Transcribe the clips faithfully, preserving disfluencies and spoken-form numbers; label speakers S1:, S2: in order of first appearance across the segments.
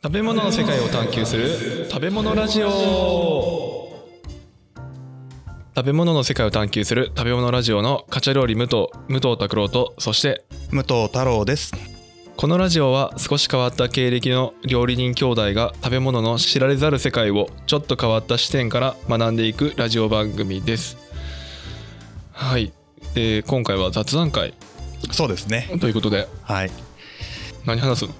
S1: 食べ物の世界を探求する食べ物ラジオ。食べ物の世界を探求する食べ物ラジオのカチャ料理武藤武藤拓郎と、そして
S2: 武藤太郎です。
S1: このラジオは少し変わった経歴の料理人兄弟が食べ物の知られざる世界をちょっと変わった視点から学んでいくラジオ番組です。はい、で今回は雑談会。
S2: そうですね。
S1: ということで、
S2: はい。
S1: 何話すの？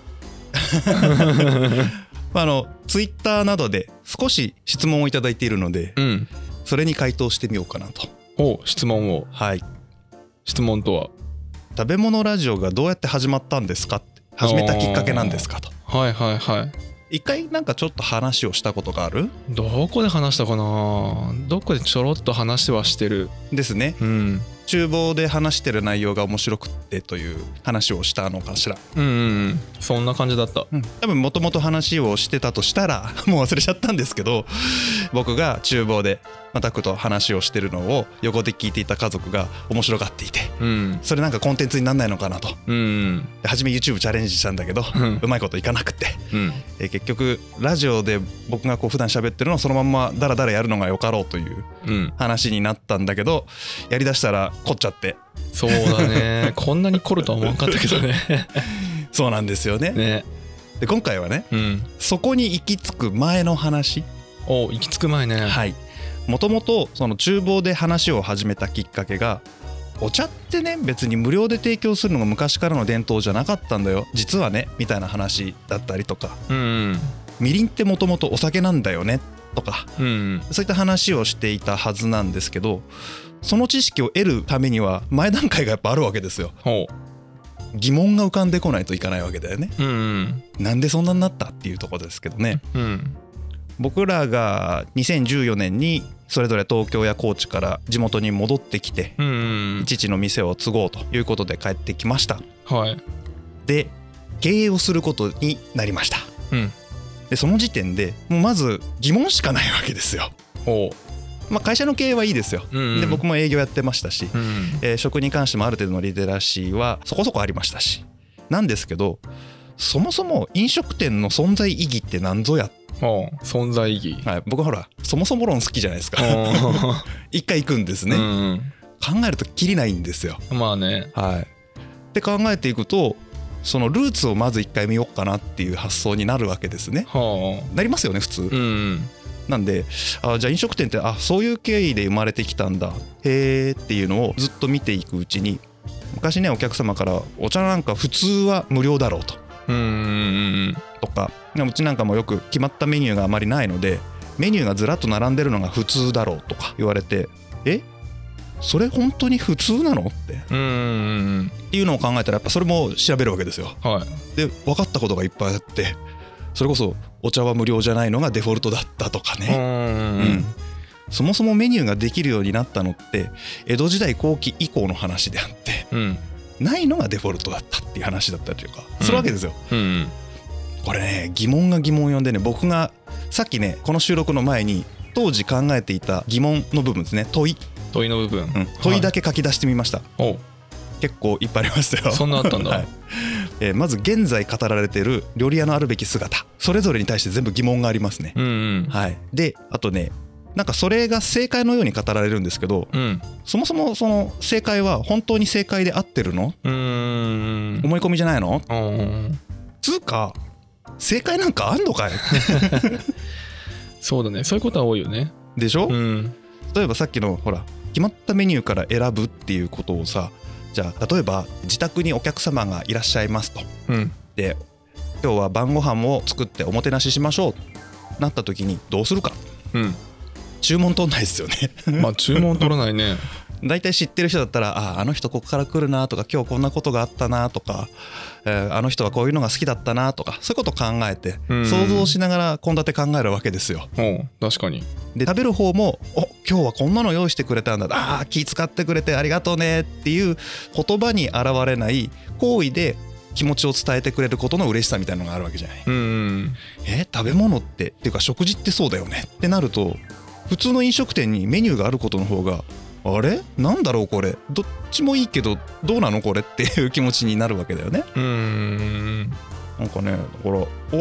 S2: あのツイッターなどで少し質問をいただいているので、うん、それに回答してみようかなと。
S1: お、質問を。
S2: はい。
S1: 質問とは、
S2: 食べ物ラジオがどうやって始まったんですかって、始めたきっかけなんですかと。
S1: はいはいはい。
S2: 一回なんかちょっと話をしたことがある？
S1: どこで話したかな。どこでちょろっと話してはしてる
S2: ですね。うん。厨房で話してる内容が面白くってという話をしたのかしら。
S1: うんうんうん、そんな感じだった、
S2: うん、多分もともと話をしてたとしたらもう忘れちゃったんですけど、僕が厨房でタクと話をしてるのを横で聞いていた家族が面白がっていて、うん、それなんかコンテンツになんないのかなと、うんうん、で初め YouTube チャレンジしたんだけど、うん、うまいこといかなくて、うん、え結局ラジオで僕がこう普段喋ってるのをそのまんまダラダラやるのがよかろうという話になったんだけど、やりだしたら凝っちゃって。
S1: そうだね。こんなに凝るとは思わなかったけどね。
S2: そうなんですよ ね, ねで今回はね、うん、そこに行き着く前の話。
S1: お、行き着く前ね。
S2: はい。もともとその厨房で話を始めたきっかけが、お茶ってね別に無料で提供するのが昔からの伝統じゃなかったんだよ実はねみたいな話だったりとか、うんうん、みりんってもともとお酒なんだよねとか、うんうん、そういった話をしていたはずなんですけど、その知識を得るためには前段階がやっぱあるわけですよ。ほう。疑問が浮かんでこないといかないわけだよね、うんうん、なんでそんなになったっていうところですけどね、うん、僕らがにせんじゅうよねんにそれぞれ東京や高知から地元に戻ってきて、うんうん、父の店を継ごうということで帰ってきました、はい、で経営をすることになりました、うん、でその時点でもうまず疑問しかないわけですよ。おまあ、会社の経営はいいですよ、うんうん、で僕も営業やってましたし、うんうんえー、食に関してもある程度のリテラシーはそこそこありましたし、なんですけどそもそも飲食店の存在意義って何ぞや。
S1: 存在意義、
S2: はい、僕ほらそもそも論好きじゃないですか。一回行くんですね、うんうん、考えるとキリないんですよ。
S1: まあね、はい、
S2: で考えていくとそのルーツをまず一回見ようかなっていう発想になるわけですね、はあ、なりますよね普通、うんうん、なんであじゃあ飲食店ってあそういう経緯で生まれてきたんだへーっていうのをずっと見ていくうちに、昔ねお客様からお茶なんか普通は無料だろうと、うんうんうんとか、うちなんかもよく決まったメニューがあまりないのでメニューがずらっと並んでるのが普通だろうとか言われて、えそれ本当に普通なのってうんうんうんっていうのを考えたらやっぱそれも調べるわけですよ、はい、で分かったことがいっぱいあって、それこそお茶は無料じゃないのがデフォルトだったとかね、うんうんうん、そもそもメニューができるようになったのって江戸時代後期以降の話であって、うん、ないのがデフォルトだったっていう話だったりとかするわけですよ、うんうんうん、これね疑問が疑問を呼んでね、僕がさっきねこの収録の前に当時考えていた疑問の部分ですね、問い
S1: 問いの部分、うん、
S2: 問いだけ書き出してみました、はい、結構いっぱいありましたよ。
S1: そんなあったんだ、はい
S2: えー、まず現在語られている料理屋のあるべき姿、それぞれに対して全部疑問がありますね、うんうんはい、であとねなんかそれが正解のように語られるんですけど、うん、そもそもその正解は本当に正解で合ってるの？うーん思い込みじゃないの？つうか正解なんかあんのかい？
S1: そうだね、そういうことは多いよね。
S2: でしょ、うん、例えばさっきのほら決まったメニューから選ぶっていうことをさ、じゃあ例えば自宅にお客様がいらっしゃいますと、うん、で今日は晩ご飯を作っておもてなししましょうなった時にどうするか、うん、注文取んないですよね。
S1: まあ注文取らないね。
S2: だいたい知ってる人だったら あ, あの人ここから来るなとか今日こんなことがあったなとか、えー、あの人はこういうのが好きだったなとかそういうことを考えて想像しながら献立考えるわけですよ。
S1: お確かに。
S2: で食べる方もお今日はこんなの用意してくれたんだ、あ気使ってくれてありがとうねっていう言葉に現れない行為で気持ちを伝えてくれることの嬉しさみたいなのがあるわけじゃない。うんえ食べ物ってっていうか食事ってそうだよねってなると、普通の飲食店にメニューがあることの方があれなんだろうこれどっちもいいけどどうなのこれっていう気持ちになるわけだよね。うーんなんかねだから俺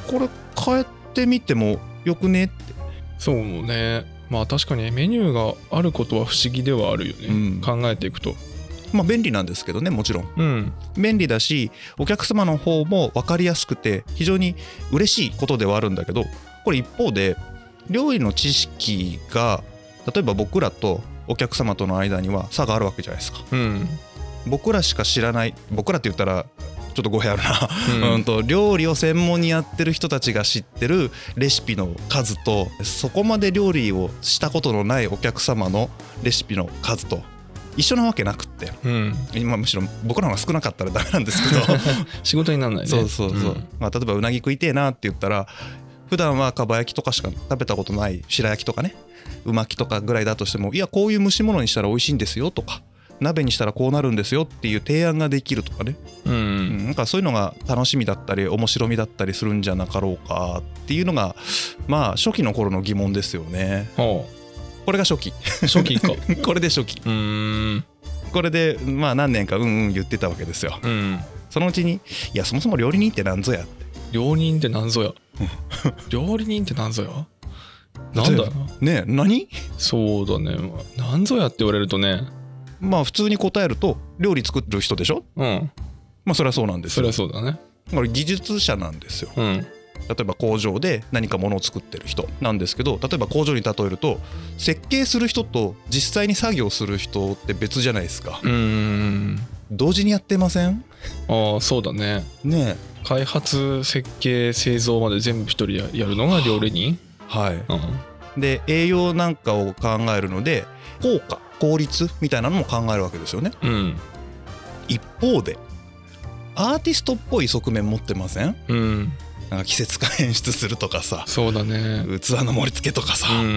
S2: これ変えてみてもよくねって。
S1: そうね。まあ確かにメニューがあることは不思議ではあるよね、うん、考えていくと。
S2: まあ便利なんですけどね、もちろん、
S1: うん、
S2: 便利だしお客様の方も分かりやすくて非常に嬉しいことではあるんだけど、これ一方で料理の知識が例えば僕らとお客様との間には差があるわけじゃないですか、
S1: うん、
S2: 僕らしか知らない、僕らって言ったらちょっと語弊あるな、
S1: うん
S2: うん、と料理を専門にやってる人たちが知ってるレシピの数と、そこまで料理をしたことのないお客様のレシピの数と一緒なわけなくって、
S1: うん、
S2: 今むしろ僕らの方が少なかったらダメなんですけど
S1: 仕事にならないね。
S2: そうそうそう、
S1: うん、
S2: まあ、例えばうなぎ食いてえなって言ったら普段はかば焼きとかしか食べたことない白焼きとかね、う巻きとかぐらいだとしても、いやこういう蒸し物にしたら美味しいんですよとか、鍋にしたらこうなるんですよっていう提案ができるとかね、
S1: うんうん
S2: うん、なんかそういうのが楽しみだったり面白みだったりするんじゃなかろうかっていうのがまあ初期の頃の疑問ですよね。
S1: ほ
S2: これが初期
S1: 初期か
S2: これで初期。
S1: うーん
S2: これでまあ何年かうんうん言ってたわけですよ、
S1: うん、
S2: そのうちにいやそもそも料理人って何ぞやって。
S1: 料理人って何ぞや料理人って何ぞやなんだ
S2: ねえ何
S1: そうだね、何ぞやって言われるとね、
S2: まあ普通に答えると料理作る人でしょ。
S1: うん、
S2: まあそれはそうなんですよ。
S1: それはそうだね。
S2: これ技術者なんですよ、
S1: うん、
S2: 例えば工場で何か物を作ってる人なんですけど、例えば工場に例えると設計する人と実際に作業する人って別じゃないですか。
S1: うーん
S2: 同時にやってません？
S1: ああそうだね。
S2: ね
S1: え開発設計製造まで全部一人ややるのが料理人。
S2: はい、
S1: うん、
S2: で栄養なんかを考えるので効果効率みたいなのも考えるわけですよね、
S1: うん、
S2: 一方でアーティストっぽい側面持ってません？
S1: うん、
S2: なんか季節感演出するとかさ、
S1: そうだね、
S2: 器の盛り付けとかさ、
S1: うん、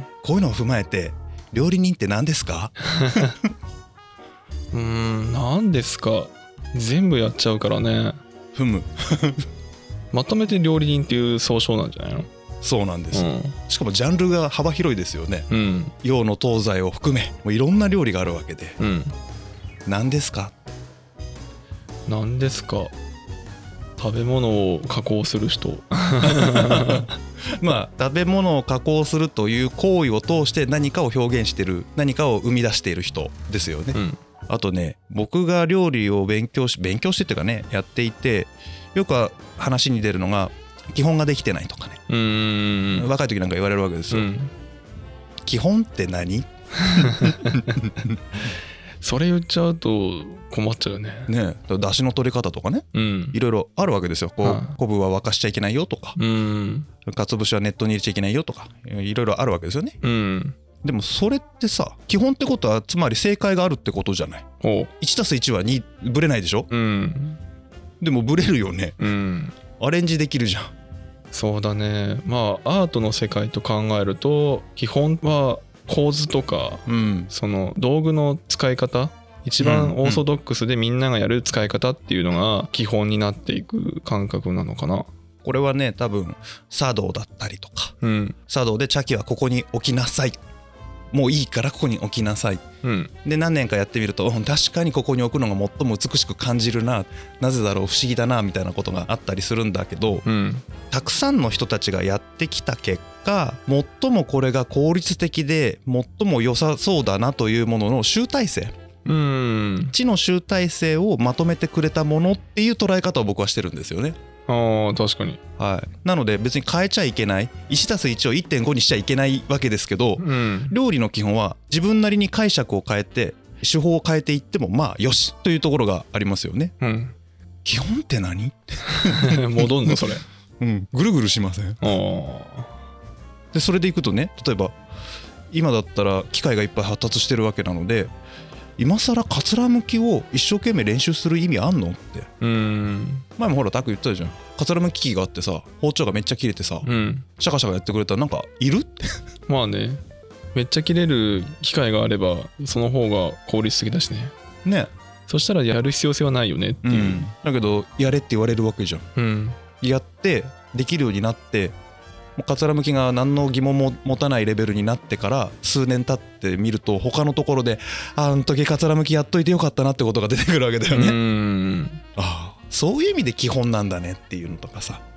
S2: こういうのを踏まえて料理人って何ですか？
S1: うーん何ですか、全部やっちゃうからね。
S2: ふむ
S1: まとめて料理人っていう総称なんじゃないの？
S2: そうなんです、
S1: うん、
S2: しかもジャンルが幅広いですよね、
S1: うん、
S2: 洋の東西を含めもういろんな料理があるわけで、
S1: うん、
S2: 何ですか？
S1: 何ですか、食べ物を加工する人
S2: まあ食べ物を加工するという行為を通して何かを表現してる、何かを生み出している人ですよね、うん、あとね僕が料理を勉強し勉強してっていうかねやっていてよく話に出るのが基本ができてないとかね、
S1: うーん
S2: 若い時なんか言われるわけですよ、うん、基本って何？
S1: それ言っちゃうと困っちゃうね。
S2: ねえ、出汁の取り方とかね、うん、いろいろあるわけですよ。こう、はあ、昆布は沸かしちゃいけないよとか、うん、鰹節は熱湯に入れちゃいけないよとかいろいろあるわけですよね、うん、でもそれってさ基本ってことはつまり正解があるってことじゃない。いちたすいちはにブレないでしょ、うん、でもブレるよね、うん、アレンジできるじゃん。
S1: そうだね。まあアートの世界と考えると基本は構図とか、うん、その道具の使い方、一番オーソドックスでみんながやる使い方っていうのが基本になっていく感覚なのかな。
S2: これはね多分茶道だったりとか、うん、茶道で茶器はここに置きなさい、もういいからここに置きなさい、うん、で何年かやってみると、うん、確かにここに置くのが最も美しく感じるな、なぜだろう不思議だなみたいなことがあったりするんだけど、うん、たくさんの人たちがやってきた結果最もこれが効率的で最も良さそうだなというものの集大成、うん、知の集大成をまとめてくれたものっていう捉え方を僕はしてるんですよね。
S1: ああ確かに、
S2: はい、なので別に変えちゃいけない、 いちたすいち を いってんご にしちゃいけないわけですけど、うん、料理の基本は自分なりに解釈を変えて手法を変えていってもまあよしというところがありますよね、うん、基本って何？
S1: 戻んのそれ、
S2: うん、ぐるぐるしません？でそれでいくとね、例えば今だったら機械がいっぱい発達してるわけなので、今更かつらむきを一生懸命練習する意味あんのって。うーん前もほらタク言ってたじゃん、かつらむき機があってさ包丁がめっちゃ切れてさ、うん、シャカシャカやってくれたらなんかいるって。
S1: まあね、めっちゃ切れる機械があればその方が効率的だしね。
S2: ね、
S1: そしたらやる必要性はないよねっていう、うん、
S2: だけどやれって言われるわけじゃん、うん、やってできるようになってかつらむきが何の疑問も持たないレベルになってから数年経ってみると他のところであん時かつらむきやっといてよかったなってことが出てくるわけだよね。うーん、ああそういう意味で基本なんだねっていうのとかさ、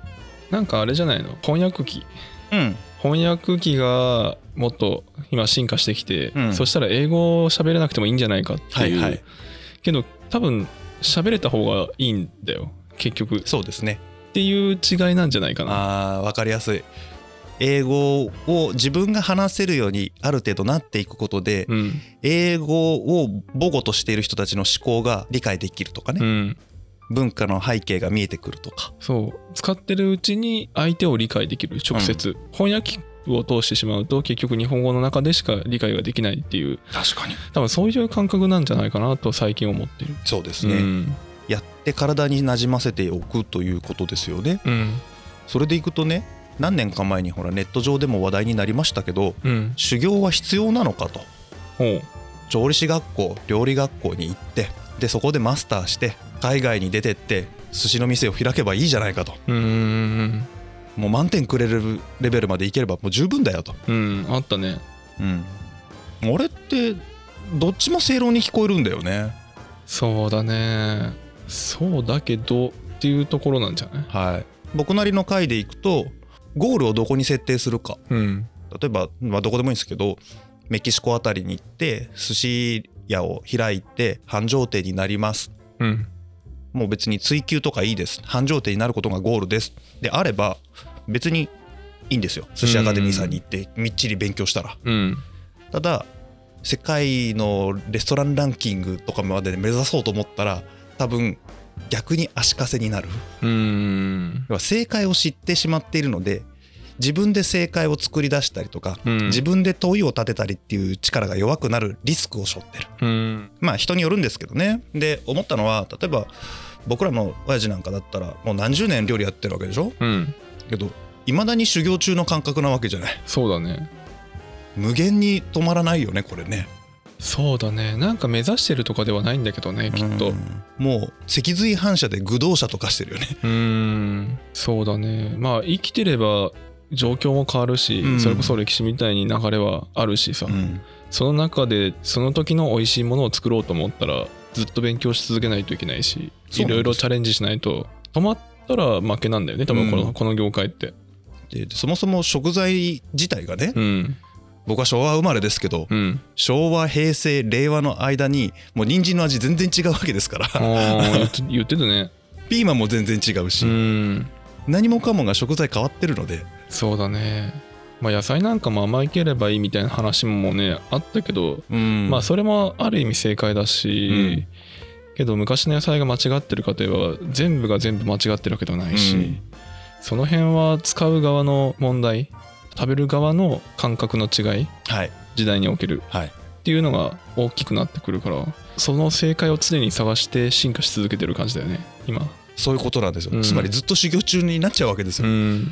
S1: なんかあれじゃないの、翻訳機
S2: うん
S1: 翻訳機がもっと今進化してきて、
S2: うん、
S1: そしたら英語を喋れなくてもいいんじゃないかっていう、はいはい、けど多分喋れた方がいいんだよ結局。
S2: そうですね
S1: っていう違いなんじゃないかな。
S2: あー分かりやすい。英語を自分が話せるようにある程度なっていくことで、うん、英語を母語としている人たちの思考が理解できるとかね、うん、文化の背景が見えてくるとか、
S1: そう使ってるうちに相手を理解できる直接、うん、翻訳機を通してしまうと結局日本語の中でしか理解ができないっていう、
S2: 確かに
S1: 多分そういう感覚なんじゃないかなと最近思ってる。
S2: そうですね、うん、やって体になじませておくということですよね、うん、それでいくとね、何年か前にほらネット上でも話題になりましたけど、うん、修行は必要なのかと。調理師学校料理学校に行ってでそこでマスターして海外に出てって寿司の店を開けばいいじゃないかと。うーんもう満点くれるレベルまでいければもう十分だよと。
S1: うんあったね。
S2: うん俺ってどっちも正論に聞こえるんだよね。
S1: そうだねそうだけどっていうところなんじゃない。
S2: はい、僕なりの回でいくとゴールをどこに設定するか、うん、例えば、まあ、どこでもいいんですけどメキシコあたりに行って寿司屋を開いて繁盛店になります、うん、もう別に追求とかいいです、繁盛店になることがゴールですであれば別にいいんですよ。寿司アカデミーさんに行ってみっちり勉強したら、うん、ただ世界のレストランランキングとかまで目指そうと思ったら多分逆に足かせになる。うーん正解を知ってしまっているので自分で正解を作り出したりとか、うん、自分で問いを立てたりっていう力が弱くなるリスクを背負ってる。うんまあ人によるんですけどね。で思ったのは例えば僕らの親父なんかだったらもう何十年料理やってるわけでしょ、うん、けど未だに修行中の感覚なわけじゃない。
S1: そうだね
S2: 無限に止まらないよねこれね。
S1: そうだねなんか目指してるとかではないんだけどねきっと。
S2: もう脊髄反射で駆動車とかしてるよね。
S1: うーんそうだねまあ生きてれば状況も変わるし、うん、それこそ歴史みたいに流れはあるしさ、うん、その中でその時の美味しいものを作ろうと思ったらずっと勉強し続けないといけないしいろいろチャレンジしないと止まったら負けなんだよね多分この、うん、この業界って。
S2: でそもそも食材自体がね、うん僕は昭和生まれですけど、うん、昭和平成令和の間にもう人参の味全然違うわけですから
S1: 言って言ってたね。
S2: ピーマンも全然違うしうん何もかもが食材変わってるので。
S1: そうだねまあ野菜なんかも甘いければいいみたいな話もねあったけど、うん、まあそれもある意味正解だし、うん、けど昔の野菜が間違ってるかといえば全部が全部間違ってるわけではないし、うん、その辺は使う側の問題食べる側の感覚の違い、はい、時代における、はい、っていうのが大きくなってくるからその正解を常に探して進化し続けてる感じだよね今。
S2: そういうことなんですよ、うん、つまりずっと修行中になっちゃうわけですよ、うん、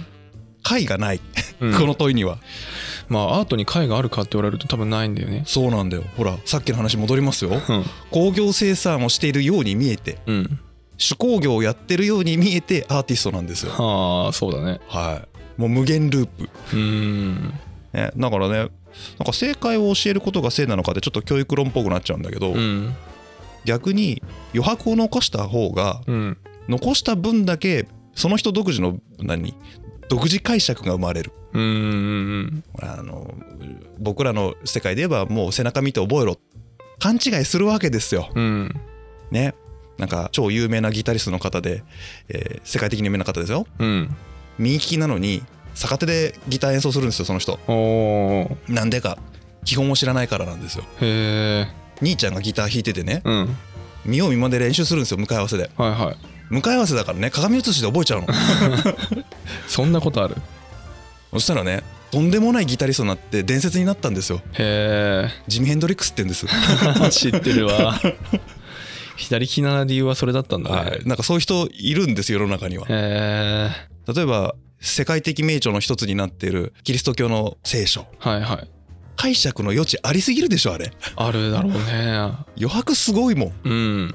S2: 解がないこの問いには、
S1: うん、まあアートに解があるかって言われると多分ないんだよね。
S2: そうなんだよほらさっきの話戻りますよ、うん、工業生産をしているように見えて、うん、手工業をやってるように見えてアーティストなんですよ。
S1: はあそうだね
S2: はいもう無限ループうーん、ね、だからねなんか正解を教えることが正なのかってちょっと教育論っぽくなっちゃうんだけど、うん、逆に余白を残した方が、うん、残した分だけその人独自の何独自解釈が生まれる。うーんあの僕らの世界で言えばもう背中見て覚えろ勘違いするわけですよ、うん、ねなんか超有名なギタリストの方で、えー、世界的に有名な方ですよ、うん右利きなのに逆手でギター演奏するんですよその人。なんでか基本を知らないからなんですよ。へー兄ちゃんがギター弾いててね、うん、見よう見まねで練習するんですよ向かい合わせで、はいはい、向かい合わせだからね鏡写しで覚えちゃうの
S1: そんなことある。
S2: そしたらねとんでもないギタリストになって伝説になったんですよ。へージミ・ヘンドリックスって言うんです
S1: 知ってるわ左利きな理由はそれだったんだね、
S2: はい、なんかそういう人いるんですよ世の中には。へー例えば世界的名著の一つになっているキリスト教の聖書、はいはい、解釈の余地ありすぎるでしょあれ。
S1: あるだろうね。
S2: 余白すごいもん、
S1: うん、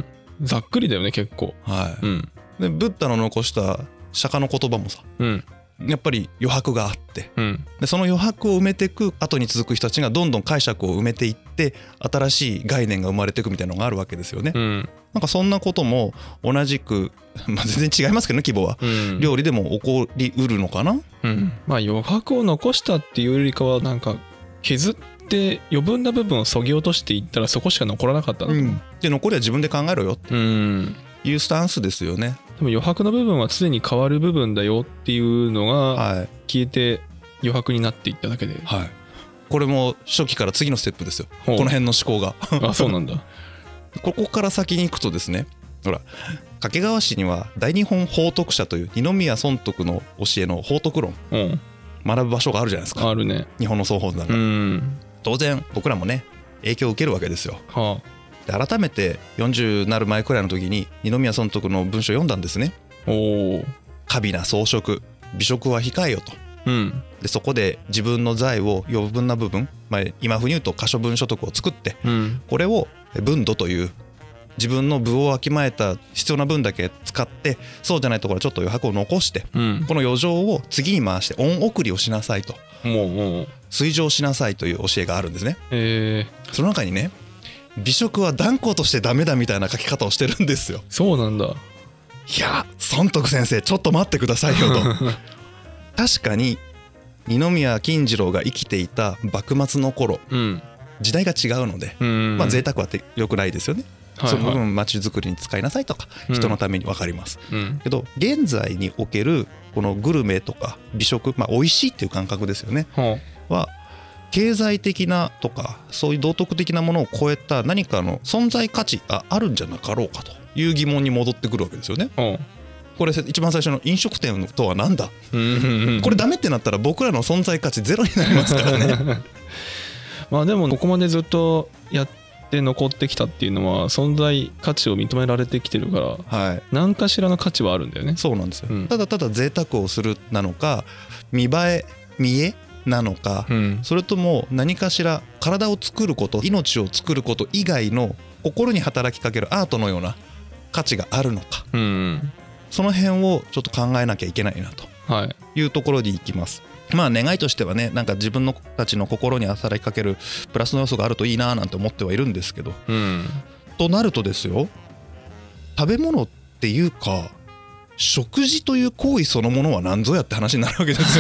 S1: ざっくりだよね結構、
S2: はいうん、でブッダの残した釈迦の言葉もさ、うん、 やっぱり余白があって、
S1: うん、
S2: でその余白を埋めていく後に続く人たちがどんどん解釈を埋めていって新しい概念が生まれていくみたいなのがあるわけですよね、うん、なんかそんなことも同じく、まあ、全然違いますけどね規模は、うん、料理でも起こりうるのかな、
S1: うん、まあ余白を残したっていうよりかはなんか削って余分な部分を削ぎ落としていったらそこしか残らなかったの、うん、
S2: で残りは自分で考えろよっていうスタンスですよね。
S1: でも余白の部分は常に変わる部分だよっていうのが消えて余白になっていっただけで、
S2: はい、これも初期から次のステップですよ、この辺の思考が
S1: あ、そうなんだ
S2: ここから先に行くとですね、ほら掛川市には大日本宝徳社という二宮尊徳の教えの宝徳論、うん、学ぶ場所があるじゃないですか。
S1: あるね。
S2: 日本の総本山が、うん、当然僕らもね影響を受けるわけですよ、はあ、で改めてよんじゅうなる前くらいの時に二宮尊徳の文章を読んだんですね。お華美な装飾美食は控えよと、うん、でそこで自分の財を余分な部分、まあ、今風に言うと可処分所得を作って、うん、これを分度という自分の分をわきまえた必要な分だけ使ってそうじゃないところはちょっと余白を残して、うん、この余剰を次に回して恩送りをしなさいと、もうもう炊蒸しなさいという教えがあるんですね、えー、その中にね美食は断固としてダメだみたいな書き方をしてるんですよ。
S1: そうなんだ。
S2: いや尊徳先生ちょっと待ってくださいよと確かに二宮金次郎が生きていた幕末の頃、うん、時代が違うので、うん、まあ贅沢は良くないですよね、はいはい、その分街づくりに使いなさいとか、うん、人のために分かります、うん、けど現在におけるこのグルメとか美食、まあ美味しいっていう感覚ですよね、うん、は経済的なとかそういう道徳的なものを超えた何かの存在価値があるんじゃなかろうかという疑問に戻ってくるわけですよね、うん、これ一番最初の飲食店とは何だ、うんうんうん、これダメってなったら僕らの存在価値ゼロになりますからね
S1: まあでもここまでずっとやって残ってきたっていうのは存在価値を認められてきてるから、はい、何かしらの価値はあるんだよね。
S2: そうなんですよ、うん、ただただ贅沢をするなのか見栄え見栄なのか、うん、それとも何かしら体を作ること命を作ること以外の心に働きかけるアートのような価値があるのか、うん、その辺をちょっと考えなきゃいけないなというところに行きます、はい、まあ願いとしてはねなんか自分のたちの心に働きかけるプラスの要素があるといいななんて思ってはいるんですけど、うん、となるとですよ食べ物っていうか食事という行為そのものは何ぞやって話になるわけですよ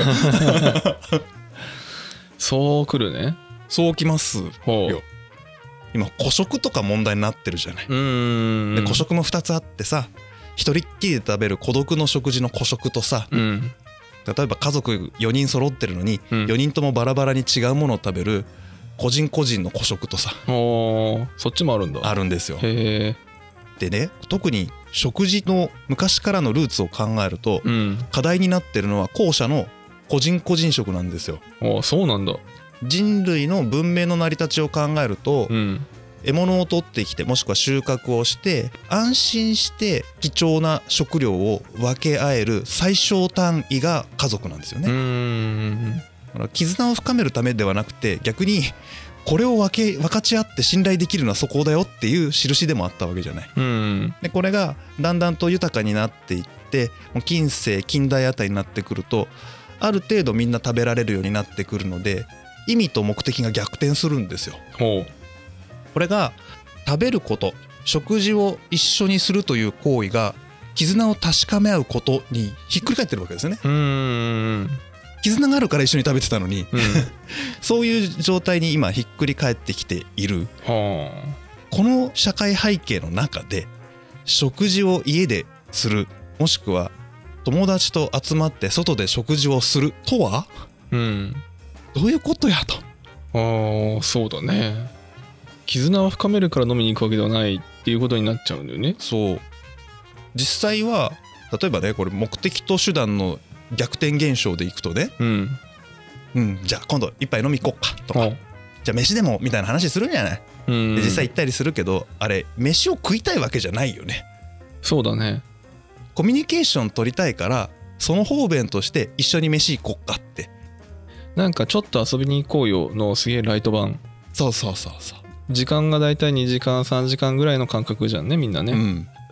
S1: そうくるね。
S2: そうきますよ。今個食とか問題になってるじゃない。うーんで個食もふたつあってさ一人っきりで食べる孤独の食事の個食とさ、うん、例えば家族よにん揃ってるのによにんともバラバラに違うものを食べる個人個人の個食とさ、
S1: おそっちもあるんだ。
S2: あるんですよ。
S1: へ
S2: でね特に食事の昔からのルーツを考えると、うん、課題になってるのは後者の個人個人食なんですよ。
S1: ああそうなんだ。
S2: 人類の文明の成り立ちを考えると、うん、獲物を取ってきてもしくは収穫をして安心して貴重な食料を分け合える最小単位が家族なんですよね。うーんだから絆を深めるためではなくて逆にこれを分け分かち合って信頼できるのはそこだよっていう印でもあったわけじゃない。うんでこれがだんだんと豊かになっていって近世近代あたりになってくるとある程度みんな食べられるようになってくるので意味と目的が逆転するんですよ。ほうこれが食べること食事を一緒にするという行為が絆を確かめ合うことにひっくり返ってるわけですよね。うーん絆があるから一緒に食べてたのに、うん、そういう状態に今ひっくり返ってきている。はあ、この社会背景の中で食事を家でするもしくは友達と集まって外で食事をするとは、うん、どういうことやと。
S1: ああそうだね。絆を深めるから飲みに行くわけではないっていうことになっちゃうんだよね。
S2: そう実際は例えばねこれ目的と手段の逆転現象でいくとね、うんうん、じゃあ今度一杯飲み行こうかとかじゃあ飯でもみたいな話するんじゃない。うんで実際行ったりするけどあれ飯を食いたいわけじゃないよね。
S1: そうだね。
S2: コミュニケーション取りたいからその方便として一緒に飯行こうかって
S1: なんかちょっと遊びに行こうよのすげえライト版。
S2: そうそうそうそう
S1: 時間がだいたいにじかんさんじかんぐらいの間隔じゃんねみんなね、うん、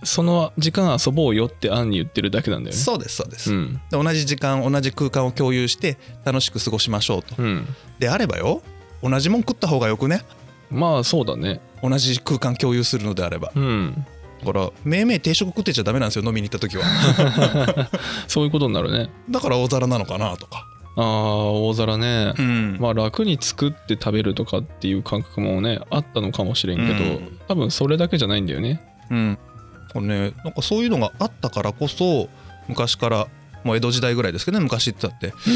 S1: その時間遊ぼうよって案に言ってるだけなんだよね。
S2: そうですそうです、
S1: うん、
S2: で同じ時間同じ空間を共有して楽しく過ごしましょうと、うん、であればよ同じもん食った方がよくね。
S1: まあそうだね。
S2: 同じ空間共有するのであれば、うん、だからめいめい定食食ってちゃダメなんですよ飲みに行った時は
S1: そういうことになるね。
S2: だから大皿なのかなとか。
S1: ああ大皿ね、うん、まあ楽に作って食べるとかっていう感覚もねあったのかもしれんけど、うん、多分それだけじゃないんだよね。うん
S2: これねなんかそういうのがあったからこそ昔からもう江戸時代ぐらいですけどね昔ってだって、うん、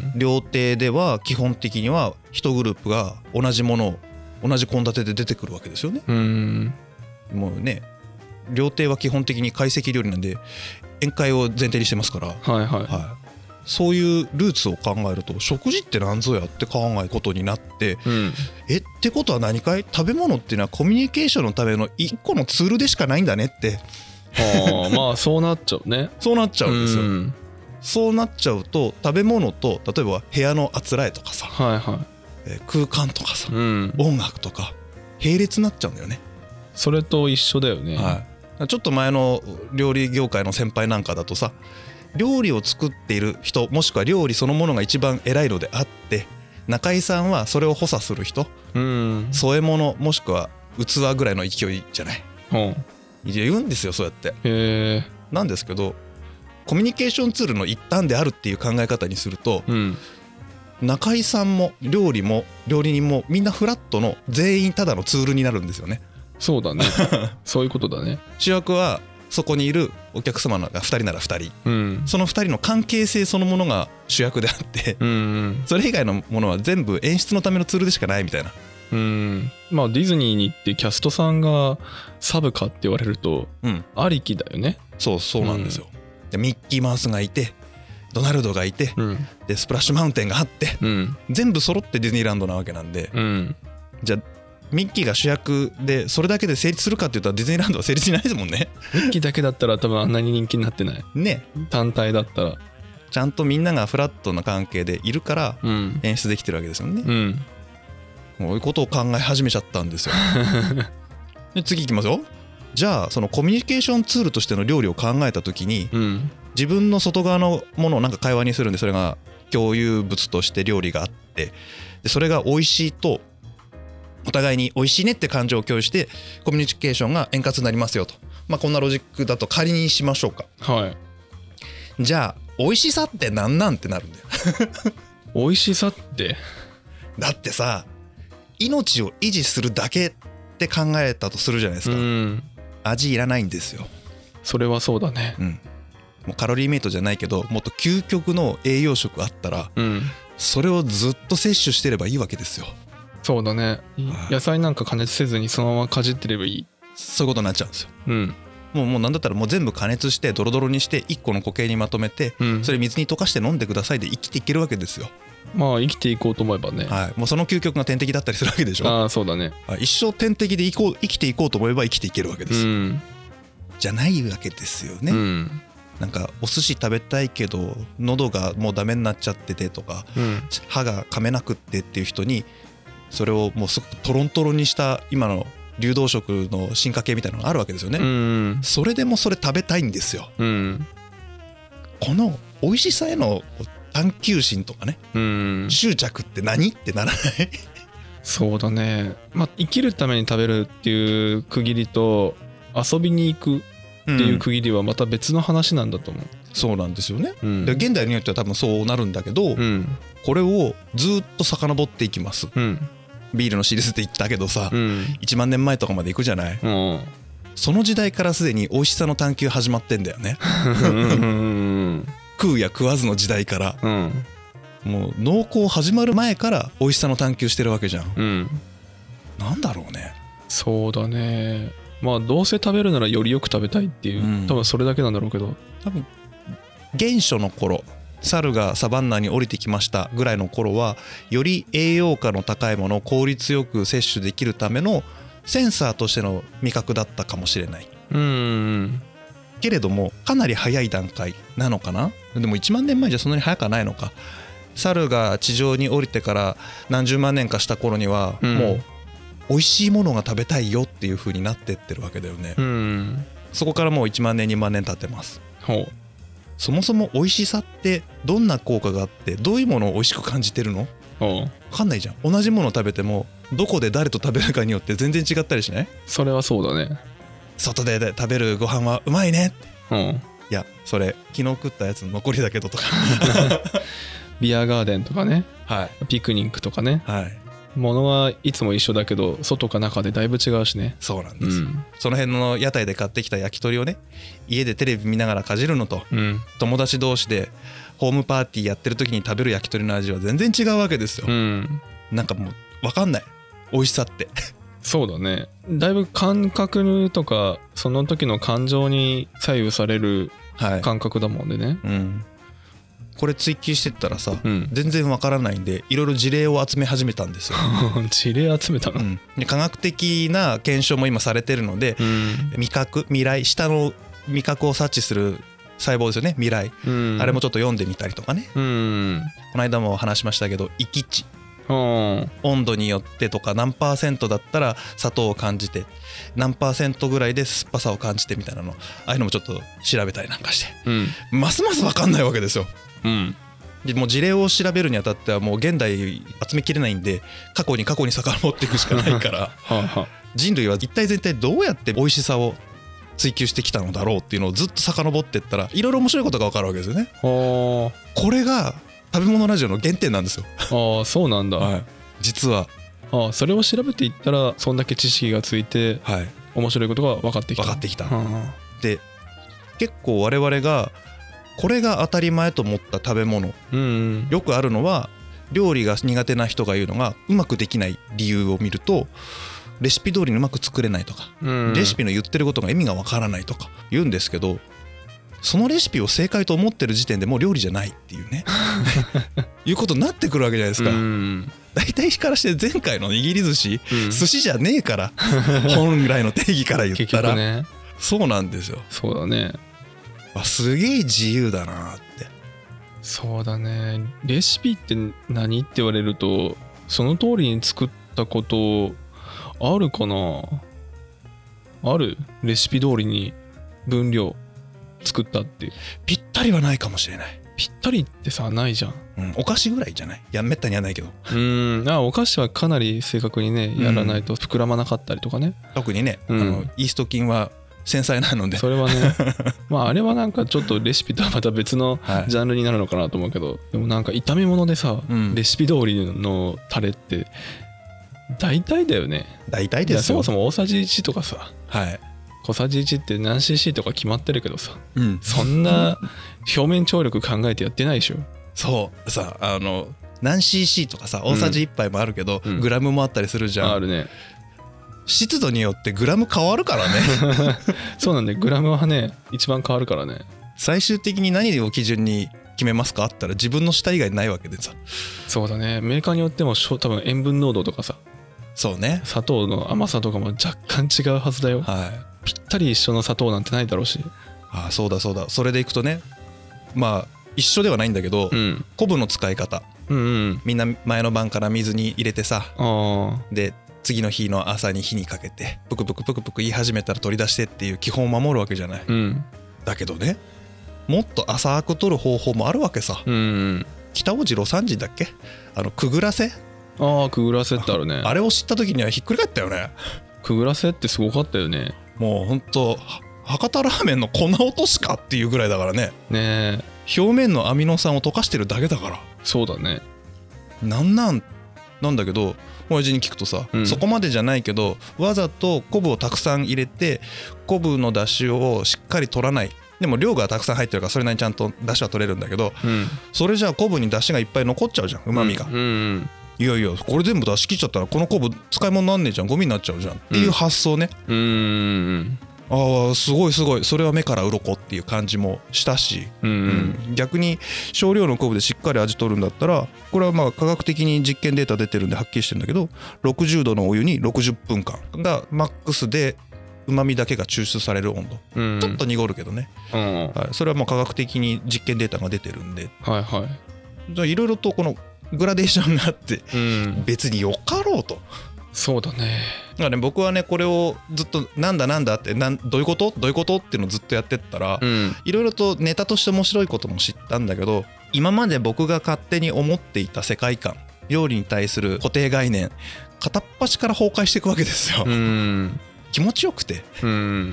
S2: 料亭では基本的には一グループが同じものを同じ献立で出てくるわけですよね。うんもうね料亭は基本的に懐石料理なんで宴会を前提にしてますから、はいはいはい、そういうルーツを考えると食事って何ぞやって考えることになって、うん、えってことは何かい食べ物っていうのはコミュニケーションのための一個のツールでしかないんだねって
S1: あまあそうなっちゃうね
S2: そうなっちゃうんですよ、うん、そうなっちゃうと食べ物と例えば部屋のあつらえとかさ、はいはいえー、空間とかさ、うん、音楽とか並列になっちゃうんだよね。
S1: それと一緒だよね、は
S2: い、ちょっと前の料理業界の先輩なんかだとさ料理を作っている人もしくは料理そのものが一番偉いのであって中井さんはそれを補佐する人、うん、添え物もしくは器ぐらいの勢いじゃない、うん、言うんですよそうやって。へなんですけどコミュニケーションツールの一端であるっていう考え方にすると、うん、中井さんも料理も料理人もみんなフラットの全員ただのツールになるんですよね。
S1: そうだねそういうことだね。
S2: 主役はそこにいるお客様がふたりならふたり、うん、そのふたりの関係性そのものが主役であって、うんうん、それ以外のものは全部演出のためのツールでしかないみたいな。
S1: うんまあディズニーに行ってキャストさんがサブかって言われると、うん、ありきだよね。
S2: そうそうなんですよ、うん、でミッキーマウスがいてドナルドがいて、うん、でスプラッシュマウンテンがあって、うん、全部揃ってディズニーランドなわけなんで、うん、じゃあミッキーが主役でそれだけで成立するかって言ったらディズニーランドは成立しないですもんね。
S1: ミッキーだけだったら多分あんなに人気になってないね。単体だったら
S2: ちゃんとみんながフラットな関係でいるから演出できてるわけですよね、うん、こういうことを考え始めちゃったんですよで次いきますよ。じゃあそのコミュニケーションツールとしての料理を考えた時に、うん、自分の外側のものをなんか会話にするんでそれが共有物として料理があってでそれが美味しいとお互いに美味しいねって感情を共有してコミュニケーションが円滑になりますよと、まあ、こんなロジックだと仮にしましょうか。はい。じゃあ美味しさってなんなんってなるんだよ
S1: 美味しさって
S2: だってさ命を維持するだけって考えたとするじゃないですか。うん、味いらないんですよ。
S1: それはそうだね、うん、
S2: もうカロリーメイトじゃないけどもっと究極の栄養食あったら、うん、それをずっと摂取してればいいわけですよ。
S1: そうだね。野菜なんか加熱せずにそのままかじってればいい。
S2: そういうことになっちゃうんですよ、うん、もうもうなんだったらもう全部加熱してドロドロにしていっこの固形にまとめて、うん、それ水に溶かして飲んでくださいで生きていけるわけですよ。
S1: まあ生きていこうと思えばね、
S2: はい、もうその究極が天敵だったりするわけでしょ。
S1: ああそうだね。
S2: 一生天敵でいこう生きていこうと思えば生きていけるわけですよ、うん、じゃないわけですよね、うん、なんかお寿司食べたいけど喉がもうダメになっちゃっててとか、うん、歯が噛めなくってっていう人にそれをもうすごくトロントロにした今の流動食の進化系みたいなのがあるわけですよね、うん、それでもそれ食べたいんですよ、うん、この美味しさへの探求心とかね、うん、執着って何ってならない
S1: そうだね、まあ、生きるために食べるっていう区切りと遊びに行くっていう区切りはまた別の話なんだと思う、うん、
S2: そうなんですよね、うん、で現代によっては多分そうなるんだけど、うん、これをずっと遡っていきます、うん、ビールのシリーズって言ったけどさ、うん、いちまんねんまえとかまで行くじゃない、うん、その時代からすでに美味しさの探求始まってんだよね食うや食わずの時代から、うん、もう農耕始まる前から美味しさの探求してるわけじゃん、うん、なんだろうね。
S1: そうだね、まあどうせ食べるならよりよく食べたいっていう、うん、多分それだけなんだろうけど、
S2: 多分原初の頃猿がサバンナに降りてきましたぐらいの頃はより栄養価の高いものを効率よく摂取できるためのセンサーとしての味覚だったかもしれない。うんうんけれどもかなり早い段階なのかな。でもいちまんねんまえじゃそんなに早くはないのか。猿が地上に降りてから何十万年かした頃にはもう美味しいものが食べたいよっていう風になってってるわけだよね。うんそこからもういちまんねんにまんねん経ってます。
S1: ほう。
S2: そもそも美味しさってどんな効果があってどういうものを美味しく感じてるの？
S1: ほう。
S2: 分かんないじゃん。同じものを食べてもどこで誰と食べるかによって全然違ったりしない？
S1: それはそうだね。
S2: 外で食べるご飯はうまいね。
S1: うん。
S2: いやそれ昨日食ったやつの残りだけどとか
S1: ビアガーデンとかね、
S2: はい、
S1: ピクニックとかね、
S2: はい、
S1: 物はいつも一緒だけど外か中でだいぶ違うしね。
S2: そうなんです、
S1: うん、
S2: その辺の屋台で買ってきた焼き鳥をね家でテレビ見ながらかじるのと、
S1: うん、友
S2: 達同士でホームパーティーやってる時に食べる焼き鳥の味は全然違うわけですよ、
S1: うん、
S2: なんかもう分かんない美味しさって
S1: そうだね。だいぶ感覚とかその時の感情に左右される感覚だもんでね、はい、
S2: うん、これ追求してったらさ、
S1: うん、
S2: 全然わからないんでいろいろ事例を集め始めたんですよ
S1: 事例集めたの、うん、
S2: で科学的な検証も今されてるので、うん、味覚未来下の味覚を察知する細胞ですよね未来、うん、あれもちょっと読んでみたりとかね、うん、この間も話しましたけど域値、うん、温度によってとか何パーセントだったら砂糖を感じて何パーセントぐらいで酸っぱさを感じてみたいなのああいうのもちょっと調べたりなんかして、うん、ますます分かんないわけですよ、うん、でもう事例を調べるにあたってはもう現代集めきれないんで過去に過去に遡っていくしかないからはあ、はあ、人類は一体全体どうやって美味しさを追求してきたのだろうっていうのをずっと遡っていったらいろいろ面白いことが分かるわけですよね。これが食べ物ラジオの原点なんですよ。
S1: ああそうなんだ、
S2: はい、実は
S1: ああそれを調べていったらそんだけ知識がついて、はい、面白いことが分かってきた
S2: 分かってきた、はあ、で結構我々がこれが当たり前と思った食べ物、うんうん、よくあるのは料理が苦手な人が言うのがうまくできない理由を見るとレシピ通りにうまく作れないとか、うん、レシピの言ってることが意味がわからないとか言うんですけどそのレシピを正解と思ってる時点でもう料理じゃないっていうねいうことになってくるわけじゃないですか、うん、大体からして前回の握り寿司、うん、寿司じゃねえから本来の定義から言ったら、ね、そうなんですよ。
S1: そうだね。
S2: あすげえ自由だなって。
S1: そうだね。レシピって何って言われるとその通りに作ったことあるかな。ある？レシピ通りに分量作ったって
S2: ぴったりはないかもしれない。
S1: ぴったりってさないじゃん、
S2: うん、お菓子ぐらいじゃない？いやめったにやんないけど
S1: うんあお菓子はかなり正確にねやらないと膨らまなかったりとかね、
S2: うん、特にね、うん、あのイースト菌は繊細なので
S1: それはねまああれはなんかちょっとレシピとはまた別のジャンルになるのかなと思うけど、はい、でもなんか炒め物でさ、うん、レシピ通りのタレって大体だよね。
S2: 大体ですよ。
S1: そもそも大さじいちとかさ、はい、小さじいちって何 シーシー とか決まってるけどさ、うん、そんな表面張力考えてやってないでしょ。
S2: そうさあの何 シーシー とかさ大さじいっぱいもあるけど、うん、グラムもあったりするじゃん、
S1: あるね。
S2: 湿度によってグラム変わるからね
S1: そうなんでグラムはね一番変わるからね。
S2: 最終的に何を基準に決めますかって言ったら自分の舌以外ないわけでさ。
S1: そうだね。メーカーによっても多分塩分濃度とかさ
S2: そうね
S1: 砂糖の甘さとかも若干違うはずだよ、はい、ぴったり一緒の砂糖なんてないだろうし。
S2: ああそうだそうだ。それでいくとねまあ一緒ではないんだけど、うん、昆布の使い方、うんうん、みんな前の晩から水に入れてさで次の日の朝に火にかけてプクプクプクプク言い始めたら取り出してっていう基本を守るわけじゃない、うん、だけどねもっと浅く取る方法もあるわけさ、うんうん、北大路魯山人だっけあのくぐらせ
S1: ああくぐらせってあるね。
S2: あれを知った時にはひっくり返ったよね。
S1: くぐらせってすごかったよね。
S2: もうほんと博多ラーメンの粉落としかっていうぐらいだからね。
S1: ねえ
S2: 表面のアミノ酸を溶かしてるだけだから。
S1: そうだね。
S2: なんなんなんだけど親父に聞くとさ、うん、そこまでじゃないけどわざと昆布をたくさん入れて昆布の出汁をしっかり取らない。でも量がたくさん入ってるからそれなりにちゃんと出汁は取れるんだけど、うん、それじゃあ昆布に出汁がいっぱい残っちゃうじゃんうまみが、うんうんうん、いやいやこれ全部出し切っちゃったらこの昆布使い物になんねえじゃんゴミになっちゃうじゃんっていう発想ね、うん、うーんああすごいすごいそれは目から鱗っていう感じもしたし、うんうんうん、逆に少量の昆布でしっかり味取るんだったらこれはまあ科学的に実験データ出てるんではっきりしてるんだけどろくじゅうどのお湯にろくじゅっぷんかんがマックスで旨味だけが抽出される温度、うんうん、ちょっと濁るけどね、うんはい、それはもう科学的に実験データが出てるんで、はいはい、いろいろとこのグラデーションがあって、うん、別によかろうと
S1: そうだね。
S2: だからね、僕はねこれをずっとなんだなんだってなんどういうことどういうことっていうのをずっとやってったら、いろいろとネタとして面白いことも知ったんだけど、今まで僕が勝手に思っていた世界観、料理に対する固定概念、片っ端から崩壊していくわけですよ。
S1: うん
S2: 気持ちよくて、うん、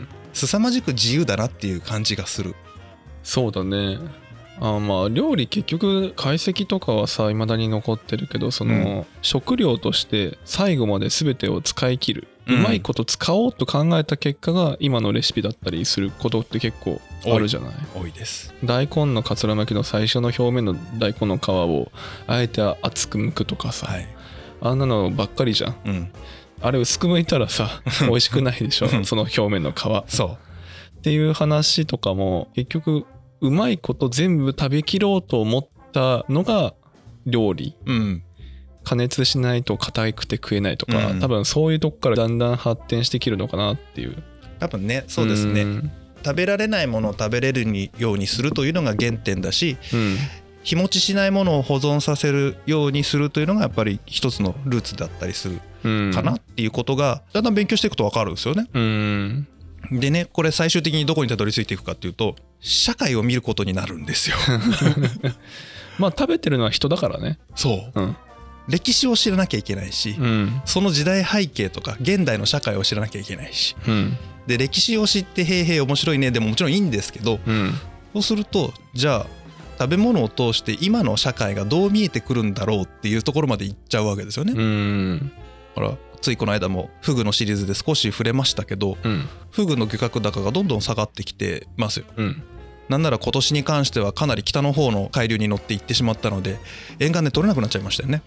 S2: 凄まじく自由だなっていう感じがする。
S1: そうだね。あまあ料理結局解析とかはさ未だに残ってるけど、その、うん、食料として最後まで全てを使い切る、うん、うまいこと使おうと考えた結果が今のレシピだったりすることって結構あるじゃない。
S2: 多いです。
S1: 大根のかつら巻きの最初の表面の大根の皮をあえて厚く剥くとかさ、はい、あんなのばっかりじゃん、うん、あれ薄く剥いたらさ美味しくないでしょその表面の皮。
S2: そう
S1: っていう話とかも結局うまいこと全部食べきろうと思ったのが料理、うん、加熱しないと硬くて食えないとか、うん、多分そういうとこからだんだん発展してきるのかなっていう。
S2: 多分ね、そうですね、うん、食べられないものを食べれるようにするというのが原点だし、うん、日持ちしないものを保存させるようにするというのがやっぱり一つのルーツだったりするかなっていうことがだんだん勉強していくと分かるんですよね。うんでね、これ最終的にどこにたどり着いていくかっていうと、社会を見ることになるんですよ
S1: まあ食べてるのは人だからね。
S2: そう、うん、歴史を知らなきゃいけないし、うん、その時代背景とか現代の社会を知らなきゃいけないし、うん、で歴史を知ってへいへい面白いねでももちろんいいんですけど、うん、そうするとじゃあ食べ物を通して今の社会がどう見えてくるんだろうっていうところまでいっちゃうわけですよね。うんだからついこの間もフグのシリーズで少し触れましたけど、うん、フグの漁獲高がどんどん下がってきてますよ、うん、なんなら今年に関してはかなり北の方の海流に乗っていってしまったので沿岸で取れなくなっちゃいましたよね、うん、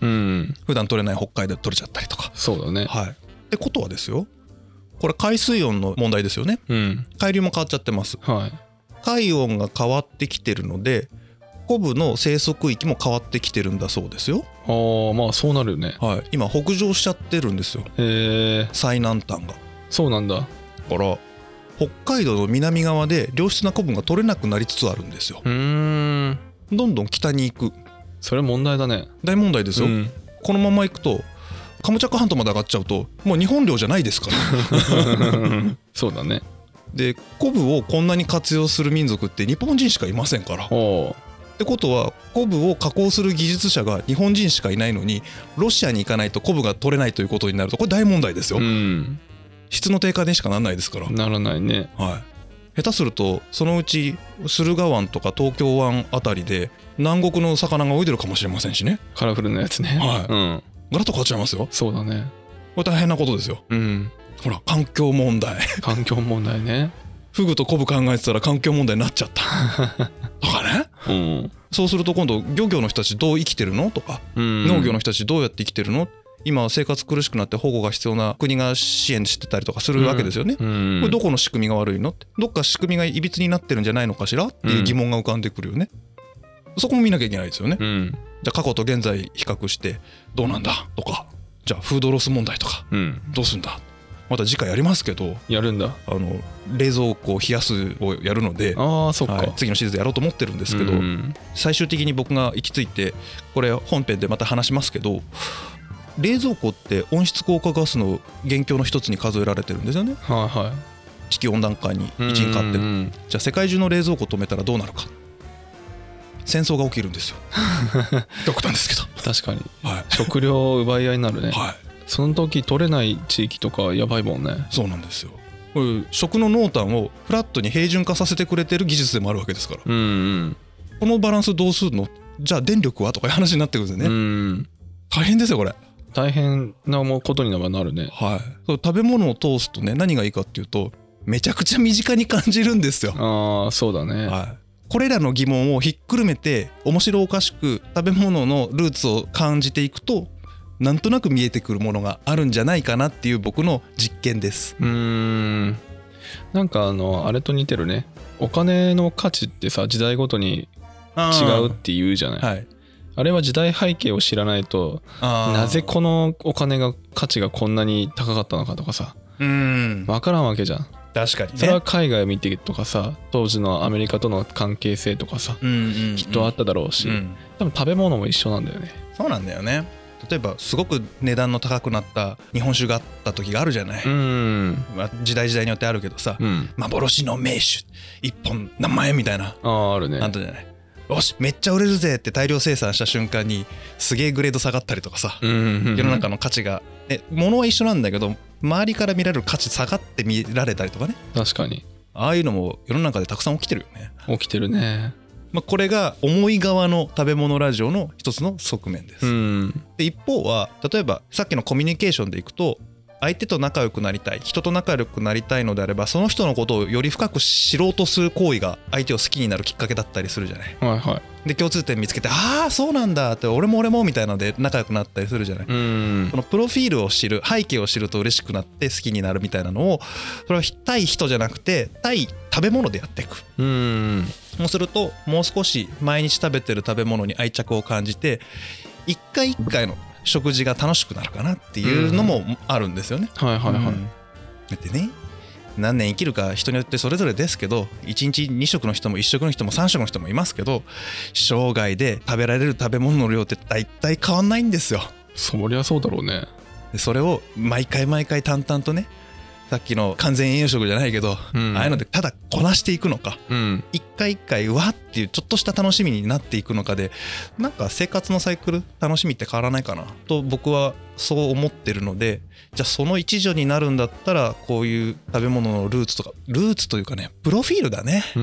S2: 普段取れない北海道で取れちゃったりとか。
S1: そうだね、
S2: はい、ってことはですよ、これ海水温の問題ですよね、うん、海流も変わっちゃってます、はい、海温が変わってきてるのでコブの生息域も変わってきてるんだそうですよ。
S1: ああまあそうなるよね、
S2: はい、今北上しちゃってるんですよ。へえ。最南端が。
S1: そうなんだ。
S2: だから北海道の南側で良質なコブが取れなくなりつつあるんですよ。うーんどんどん北に行く。
S1: それ問題だね。
S2: 大問題ですよ、うん、このまま行くとカムチャッカ半島まで上がっちゃうともう日本領じゃないですから
S1: そうだね。
S2: でコブをこんなに活用する民族って日本人しかいませんから。ってことはコブを加工する技術者が日本人しかいないのにロシアに行かないとコブが取れないということになるとこれ大問題ですよ、うん、質の低下にしかならないですから。
S1: ならないね、
S2: はい、下手するとそのうち駿河湾とか東京湾あたりで南国の魚が泳いでるかもしれませんしね。
S1: カラフルなやつね、
S2: はい、うん、ガラッと変わっちゃいますよ。
S1: そうだね。
S2: これ大変なことですよ、うん、ほら環境問題
S1: 環境問題ね。
S2: フグとコブ考えてたら環境問題になっちゃったとかね、うん、そうすると今度漁業の人たちどう生きてるのとか、うん、農業の人たちどうやって生きてるの、今生活苦しくなって保護が必要な国が支援してたりとかするわけですよね、うん、これどこの仕組みが悪いのって、どっか仕組みがいびつになってるんじゃないのかしらっていう疑問が浮かんでくるよね、うん、そこも見なきゃいけないですよね、うん、じゃあ過去と現在比較してどうなんだとか、じゃあフードロス問題とか、うん、どうすんだ、また次回やりますけど、
S1: やるんだ、
S2: あの冷蔵庫を冷やすをやるので、
S1: あそっか、はい、
S2: 次のシリーズやろうと思ってるんですけど、うん、最終的に僕が行き着いてこれ本編でまた話しますけど、冷蔵庫って温室効果ガスの元凶の一つに数えられてるんですよね、はいはい、地球温暖化に一因買ってる、うんうん、じゃあ世界中の冷蔵庫止めたらどうなるか、戦争が起きるんですよ極端ですけど。
S1: 確かに、はい、食料奪い合いになるね、はい、その時取れない地域とかやばいもんね。
S2: そうなんですよ。これ食の濃淡をフラットに平準化させてくれてる技術でもあるわけですから、うんうん、このバランスどうするの、じゃあ電力はとかいう話になってくるんですよね、うん、大変ですよこれ。
S1: 大変なことになるね、
S2: はい、食べ物を通すとね何がいいかっていうとめちゃくちゃ身近に感じるんですよ。
S1: ああそうだね、
S2: はい、これらの疑問をひっくるめて面白おかしく食べ物のルーツを感じていくとなんとなく見えてくるものがあるんじゃないかなっていう僕の実験です。
S1: うーんなんかあのあれと似てるね。お金の価値ってさ時代ごとに違うって言うじゃない。 あ,、はい、あれは時代背景を知らないとなぜこのお金が価値がこんなに高かったのかとかさうん分からんわけじゃん。
S2: 確かにね。
S1: それは海外を見てとかさ当時のアメリカとの関係性とかさ、うんうんうん、きっとあっただろうし、うん、多分食べ物も一緒なんだよね。
S2: そうなんだよね。 例えばすごく値段の高くなった日本酒があった時があるじゃない、
S1: うん、
S2: まあ、時代時代によってあるけどさ、
S1: うん、
S2: 幻の名酒いっぽん何万円みたいな、
S1: ああるね、
S2: あんたじゃない。よしめっちゃ売れるぜって大量生産した瞬間にすげえグレード下がったりとかさ、
S1: うんうんうん、
S2: 世の中の価値が、ね、物は一緒なんだけど周りから見られる価値下がって見られたりとかね。
S1: 確かに
S2: ああいうのも世の中でたくさん起きてるよね。
S1: 起きてるね。
S2: まあ、これが重い側の食べ物ラジオの一つの側面です、
S1: うん、
S2: で一方は例えばさっきのコミュニケーションでいくと相手と仲良くなりたい、人と仲良くなりたいのであればその人のことをより深く知ろうとする行為が相手を好きになるきっかけだったりするじゃない、
S1: はいはい、
S2: で共通点見つけてああそうなんだって俺も俺もみたいなので仲良くなったりするじゃない、
S1: うん、
S2: このプロフィールを知る、背景を知ると嬉しくなって好きになるみたいなのを、それは対人じゃなくて対食べ物でやっていく、
S1: うん、
S2: そうするともう少し毎日食べてる食べ物に愛着を感じて一回一回の食事が楽しくなるかなっていうのもあるんですよね、
S1: うん、はいはいはい、うん、
S2: だってね何年生きるか人によってそれぞれですけどいちにちに食の人もいっ食の人もさん食の人もいますけど生涯で食べられる食べ物の量って大体変わんないんですよ。
S1: そりゃそうだろうね。
S2: でそれを毎回毎回淡々とねさっきの完全栄養食じゃないけど、うん、ああいうのでただこなしていくのか、うん、一回一回うわっていうちょっとした楽しみになっていくのかでなんか生活のサイクル楽しみって変わらないかなと僕はそう思ってるので、じゃあその一助になるんだったらこういう食べ物のルーツとかルーツというかねプロフィールだね、うん、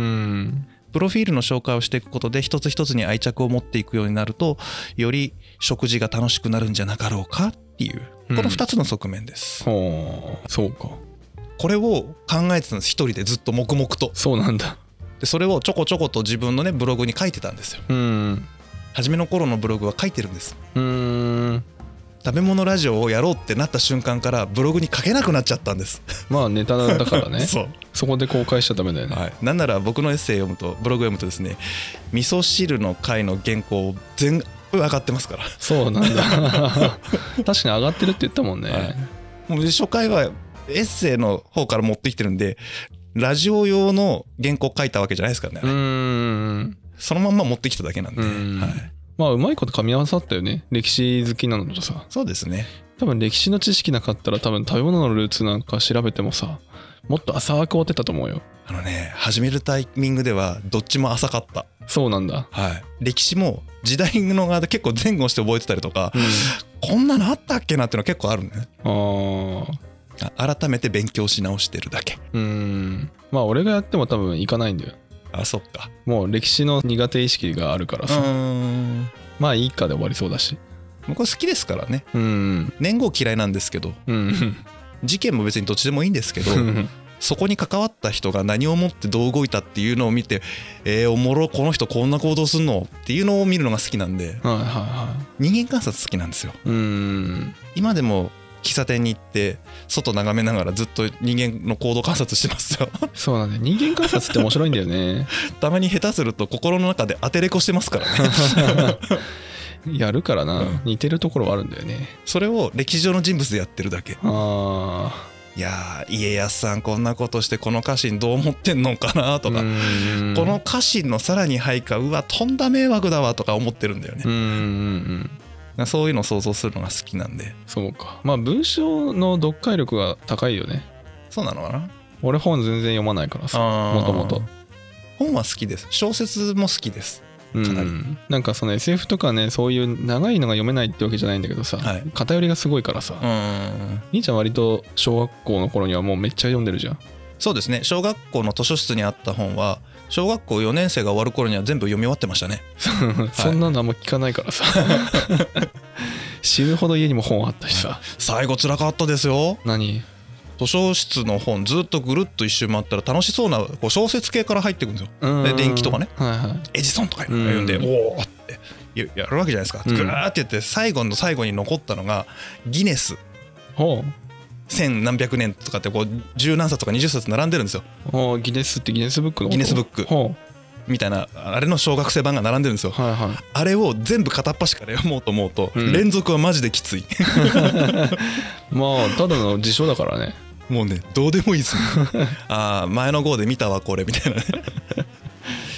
S2: プロフィールの紹介をしていくことで一つ一つに愛着を持っていくようになるとより食事が楽しくなるんじゃなかろうかっていうこのふたつの側面です、うん、
S1: はあそうか。
S2: これを考えてたんです一人でずっと黙々と。
S1: そうなんだ。
S2: でそれをちょこちょこと自分のねブログに書いてたんですよ。うん初めの頃のブログは書いてるんです。うーん食べ物ラジオをやろうってなった瞬間からブログに書けなくなっちゃったんです。
S1: まあネタだからね
S2: そう
S1: そこで公開しちゃダメだよね、
S2: はい、なんなら僕のエッセイ読むとブログ読むとですね味噌汁の回の原稿全部上がってますから。
S1: そうなんだ確かに上がってるって言ったもんね、はい、
S2: もう初回はエッセイの方から持ってきてるんでラジオ用の原稿書いたわけじゃないですからね。うーんそのまんま持ってきただけなんで、ん、はい、
S1: まあうまいこと噛み合わさったよね。歴史好きなのとさ。
S2: そうですね。
S1: 多分歴史の知識なかったら多分食べ物のルーツなんか調べてもさもっと浅く追ってたと思うよ。あ
S2: のね始めるタイミングではどっちも浅かった。
S1: そうなんだ。
S2: はい。歴史も時代の側で結構前後して覚えてたりとか、うん、こんなのあったっけなっていうの結構あるね。ああ改めて勉強し直してるだけ。
S1: うーんまあ俺がやっても多分いかないんだよ。
S2: あそっか。
S1: もう歴史の苦手意識があるからさ。うーんまあいいかで終わりそうだし。
S2: 僕は好きですからね。うん年号嫌いなんですけど、うん、事件も別にどっちでもいいんですけどそこに関わった人が何をもってどう動いたっていうのを見てえー、おもろこの人こんな行動すんのっていうのを見るのが好きなんで、はいはいはい、人間観察好きなんですよ。うーん今でも喫茶店に行って外眺めながらずっと人間の行動観察してますよ
S1: そうなんだ。人間観察って面白いんだよね
S2: たまに下手すると心の中で当てれこしてますからね
S1: やるからな、うん、似てるところはあるんだよね。
S2: それを歴史上の人物でやってるだけ。あいや家康さんこんなことしてこの家臣どう思ってんのかなとかこの家臣のさらに配下うわとんだ迷惑だわとか思ってるんだよね。うんうんうんそういうのを想像するのが好きなんで。
S1: そうか。まあ文章の読解力が高いよね。
S2: そうなのかな。
S1: 俺本全然読まないからさもともと。
S2: 本は好きです。小説も好きです。かなり、うん、
S1: なんかその エスエフ とかねそういう長いのが読めないってわけじゃないんだけどさ、はい、偏りがすごいからさ。うん兄ちゃん割と小学校の頃にはもうめっちゃ読んでるじゃん。
S2: そうですね。小学校の図書室にあった本は小学校よねん生が終わる頃には全部読み終わってましたね
S1: そんなのあんま聞かないからさ死ぬほど家にも本あったしさ。
S2: 最後辛かったですよ。
S1: 何？
S2: 図書室の本ずっとぐるっと一周回ったら楽しそうなこう小説系から入ってくるんですよ。で電気とかね、はいはい、エジソンとか読んでおおってやるわけじゃないですか。ぐらーって言って最後の最後に残ったのがギネス千何百年とかってこう十何冊とか二十冊並んでるんですよ。
S1: ギネスってギネスブックの
S2: ギネスブックみたいなあれの小学生版が並んでるんですよ、はいはい、あれを全部片っ端から読もうと思うと、うん、連続はマジできつい
S1: まあただの辞書だからね。
S2: もうねどうでもいいですねああ前の号で見たわこれみたいなね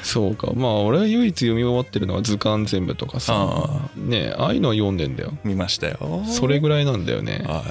S1: そうか。まあ俺は唯一読み終わってるのは図鑑全部とかさ
S2: あ
S1: ね、ああいうのは読んでんだよ。
S2: 見ましたよ。
S1: それぐらいなんだよね。
S2: はい。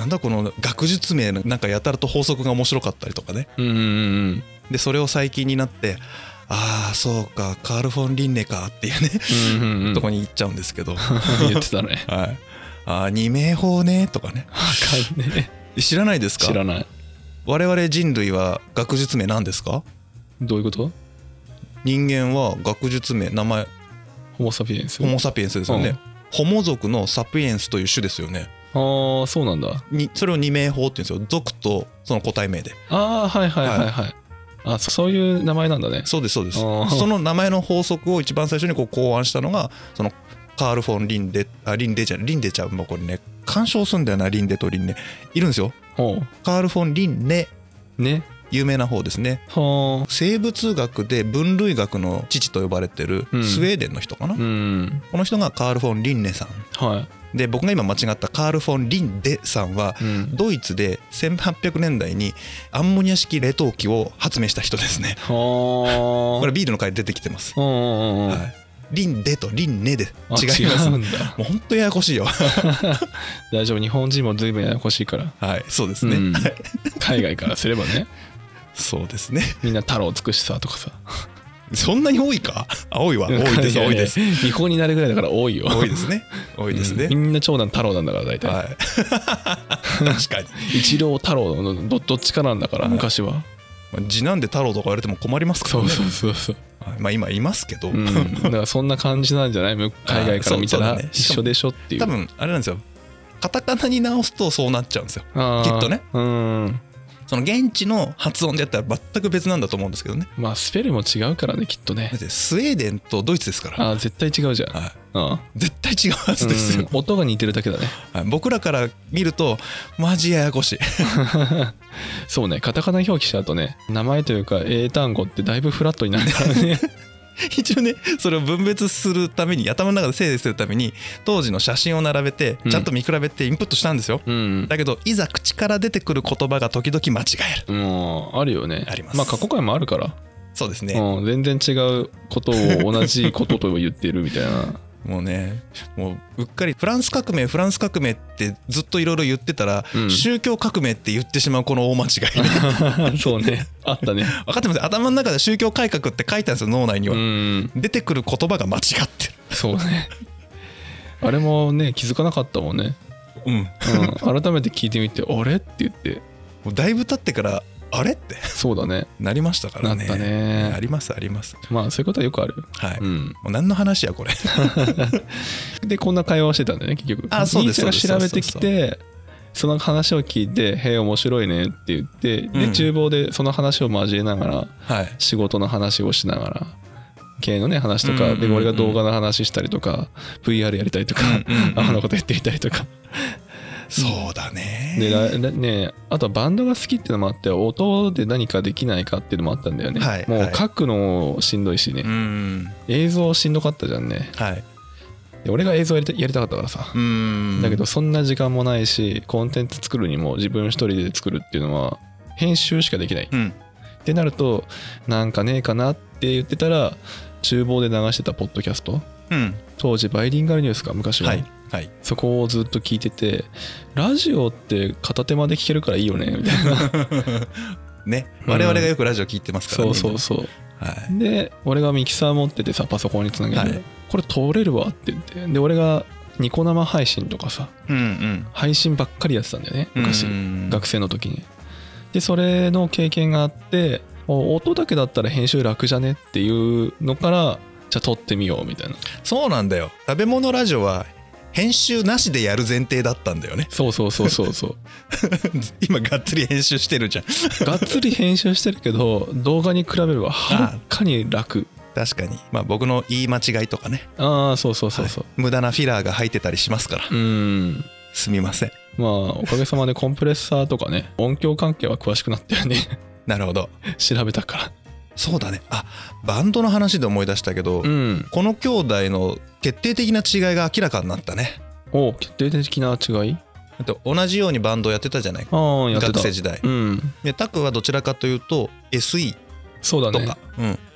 S2: なんだこの学術名のなんかやたらと法則が面白かったりとかね。
S1: うんうんうん
S2: でそれを最近になってああそうかカール・フォン・リンネかっていうね、
S1: うんうんうん
S2: とこに行っちゃうんですけど
S1: 言ってたね。
S2: はい、ああ二名法ねとかね。
S1: わかんね
S2: 知らないですか。
S1: 知らない。
S2: 我々人類は学術名何ですか。
S1: どういうこと？
S2: 人間は学術名名前
S1: ホモサピエンス。
S2: ホモサピエンスですよね、
S1: うん
S2: ホモ族のサピエンスという種ですよね。
S1: ああそうなんだ。
S2: にそれを二名法って言うんですよ。族とその個体名で。
S1: ああはいはいはいはい、はい、あそそういう名前なんだね。
S2: そうですそうです。
S1: あー
S2: その名前の法則を一番最初にこう考案したのがそのカール・フォン・リンデあリンデじゃリンデちゃんもこれね干渉するんだよな。リンデとリンネいるんですよ。
S1: ほ
S2: カール・フォン・リンネ
S1: うね。
S2: 有名な方ですね。
S1: は
S2: 生物学で分類学の父と呼ばれてる
S1: うん
S2: スウェーデンの人かな、
S1: あうん
S2: この人がカール・フォン・リンネさん
S1: は
S2: で、僕が今間違ったカール・フォン・リンデさんは、
S1: い、うん、
S2: ドイツでせんはっぴゃくねんだいにアンモニア式冷凍機を発明した人ですね。
S1: は
S2: これビールの回で出てきてます、
S1: あうんうんうん、
S2: はい、リンデとリンネで
S1: あ
S2: 違います
S1: 違うんだ。
S2: もうほんとややこしいよ
S1: 大丈夫、日本人も随分ややこしいから、
S2: はいそうですね、
S1: うん、海外からすればね
S2: そうですね。
S1: みんな太郎つくしさとかさ
S2: そんなに多いか。あ多いわ多いです多いです
S1: 違法になるぐらいだから多いよ。
S2: 多いですね多いですね、
S1: うんみんな長男太郎なんだから大体、
S2: はい確かに
S1: 一郎太郎の ど, どっちかなんだから昔は。
S2: まあ次男で太郎とか言われても困りますからね。
S1: そうそうそうそう、
S2: はいまあ今いますけど、
S1: うん、だからそんな感じなんじゃない？海外から見たら
S2: そうそうだね
S1: 一緒でしょっていう。
S2: 多分あれなんですよ。カタカナに直すとそうなっちゃうんですよ。
S1: あー
S2: きっとね。
S1: うん
S2: その現地の発音でやったら全く別なんだと思うんですけどね。
S1: まあスペルも違うからねきっとね
S2: だってスウェーデンとドイツですから。
S1: あー絶対違うじゃん、
S2: はい、
S1: あ
S2: 絶対違うはずですよ、
S1: うん音が似てるだけだね。
S2: はい、僕らから見るとマジややこしい
S1: そうね、カタカナ表記しちゃうとね名前というか英単語ってだいぶフラットになるからね
S2: 一応ねそれを分別するために頭の中で整理するために当時の写真を並べてちゃんと見比べてインプットしたんですよ、
S1: うん
S2: だけどいざ口から出てくる言葉が時々間違える。
S1: もうあるよね。
S2: あります
S1: まあ過去回もあるから、
S2: そうですね、
S1: うん、全然違うことを同じことと言ってるみたいな
S2: もうねもううっかりフランス革命フランス革命ってずっといろいろ言ってたら、
S1: うん
S2: 宗教革命って言ってしまうこの大間違いね
S1: そうねあったね。
S2: 分かってます。頭の中で宗教改革って書いたんですよ脳内に
S1: う
S2: は、
S1: ん
S2: 出てくる言葉が間違ってる。
S1: そうねあれもね気づかなかったもんね、
S2: うん
S1: うん、改めて聞いてみてあれって言って
S2: もうだいぶ経ってからあれって
S1: そうだね
S2: なりましたからね。
S1: なったね
S2: ありますあります。
S1: まあそういうことはよくある。
S2: はい、も
S1: うん
S2: う何の話やこれ
S1: でこんな会話をしてたんだよね結局。
S2: あそうです
S1: 兄ちゃんが調べてき
S2: そうそう
S1: てその話を聞いて「へえ面白いね」って言ってで
S2: うん
S1: 厨房でその話を交えながら
S2: はい
S1: 仕事の話をしながら系のね話とか
S2: うんうんうん
S1: で俺が動画の話したりとか ブイアール やりたいとか
S2: うんうんうん
S1: アホなこと言ってみたりとか
S2: そうだね
S1: でらねあとはバンドが好きっていうのもあって音で何かできないかっていうのもあったんだよね、
S2: はい
S1: もう書くのしんどいしね、
S2: うん
S1: 映像しんどかったじゃんね。
S2: はい
S1: で俺が映像やりたやりたかったからさ、
S2: うん
S1: だけどそんな時間もないしコンテンツ作るにも自分一人で作るっていうのは編集しかできない、
S2: うん
S1: ってなるとなんかねえかなって言ってたら厨房で流してたポッドキャスト
S2: うん
S1: 当時バイリンガルニュースか昔は、
S2: はいはい
S1: そこをずっと聞いててラジオって片手間で聞けるからいいよねみたいな
S2: ね
S1: うん
S2: 我々がよくラジオ聞いてますから
S1: そう
S2: ね。
S1: そうそう
S2: はい
S1: で俺がミキサー持っててさパソコンにつなげて、
S2: はい
S1: これ通れるわって言ってで俺がニコ生配信とかさ
S2: うんうん
S1: 配信ばっかりやってたんだよね昔
S2: うん
S1: 学生の時に。でそれの経験があってお音だけだったら編集楽じゃねっていうのからじゃあ撮ってみようみたいな。
S2: そうなんだよ。食べ物ラジオは編集なしでやる前提だったんだよね。
S1: そうそうそうそうそう
S2: 今がっつり編集してるじゃん。
S1: がっつり編集してるけど動画に比べればはるかに楽。
S2: 確かにまあ僕の言い間違いとかね、
S1: ああそうそうそうそう、
S2: はい無駄なフィラーが入ってたりしますから
S1: うん
S2: すみません。
S1: まあおかげさまでコンプレッサーとかね音響関係は詳しくなったよね
S2: なるほど。
S1: 調べたから。
S2: そうだね。あバンドの話で思い出したけど、
S1: うん
S2: この兄弟の決定的な違いが明らかになったね。
S1: お決定的な違い。
S2: だって同じようにバンドやってたじゃないか、
S1: ああやってた
S2: 学生時代。
S1: うん
S2: でタクはどちらかというと エスイー
S1: そうだね
S2: とか、うん、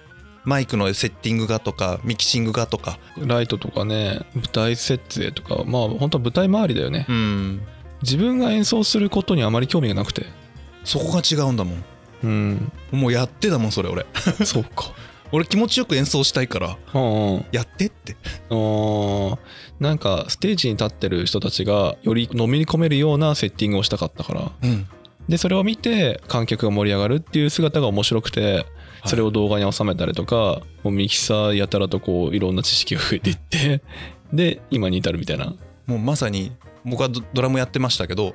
S2: マイクのセッティングがとかミキシングがとか
S1: ライトとかね、舞台設営とか、まあ本当は舞台周りだよね。
S2: うん
S1: 自分が演奏することにあまり興味がなくて、
S2: そこが違うんだもん。
S1: うん
S2: もうやってだもんそれ俺
S1: そうか
S2: 俺気持ちよく演奏したいから
S1: うんうん
S2: やってって
S1: あーなんかステージに立ってる人たちがよりのめり込めるようなセッティングをしたかったから、
S2: うん
S1: でそれを見て観客が盛り上がるっていう姿が面白くて、それを動画に収めたりとか、もうミキサーやたらとこういろんな知識が増えていってで今に至るみたいな。
S2: もうまさに僕は ド, ドラムやってましたけど、
S1: うん、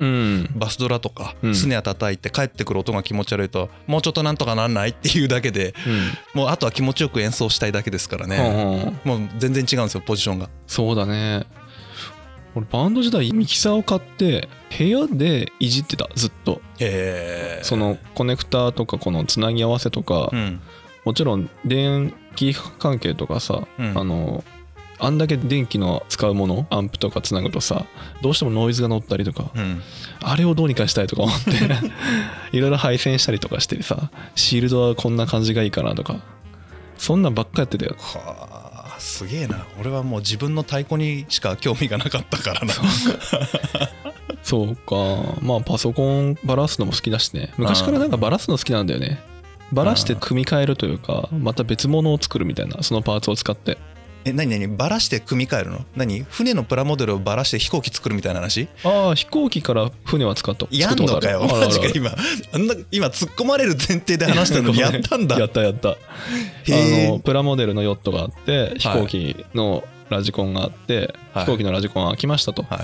S2: バスドラとか
S1: うん
S2: スネア叩いて帰ってくる音が気持ち悪いともうちょっとなんとかなんないっていうだけで、
S1: うん、
S2: もうあとは気持ちよく演奏したいだけですから
S1: うん
S2: ね、
S1: うん、
S2: もう全然違うんですよポジションが。
S1: そうだね。俺バンド時代ミキサーを買って部屋でいじってたずっと。
S2: へえ。
S1: そのコネクターとかこのつなぎ合わせとか、
S2: うん、
S1: もちろん電気関係とかさ、
S2: うん、
S1: あのあんだけ電気の使うものアンプとかつなぐとさどうしてもノイズが乗ったりとか、
S2: うん、
S1: あれをどうにかしたいとか思っていろいろ配線したりとかしてさ、シールドはこんな感じがいいかなとかそんなんばっかやってたよ。
S2: はあすげえな。俺はもう自分の太鼓にしか興味がなかったからな
S1: そうか。まあパソコンバラすのも好きだしね。昔からなんかバラすの好きなんだよね。バラして組み替えるというかまた別物を作るみたいな、そのパーツを使って。
S2: え何何バラして組み替えるの？何船のプラモデルをバラして飛行機作るみたいな話？
S1: ああ飛行機から船は使った
S2: やんのかよマジか。今あんな今突っ込まれる前提で話してるのにやったんだ
S1: やったやった。あのプラモデルのヨットがあって飛行機のラジコンがあって、はい、飛行機のラジコンが開きましたと、はい、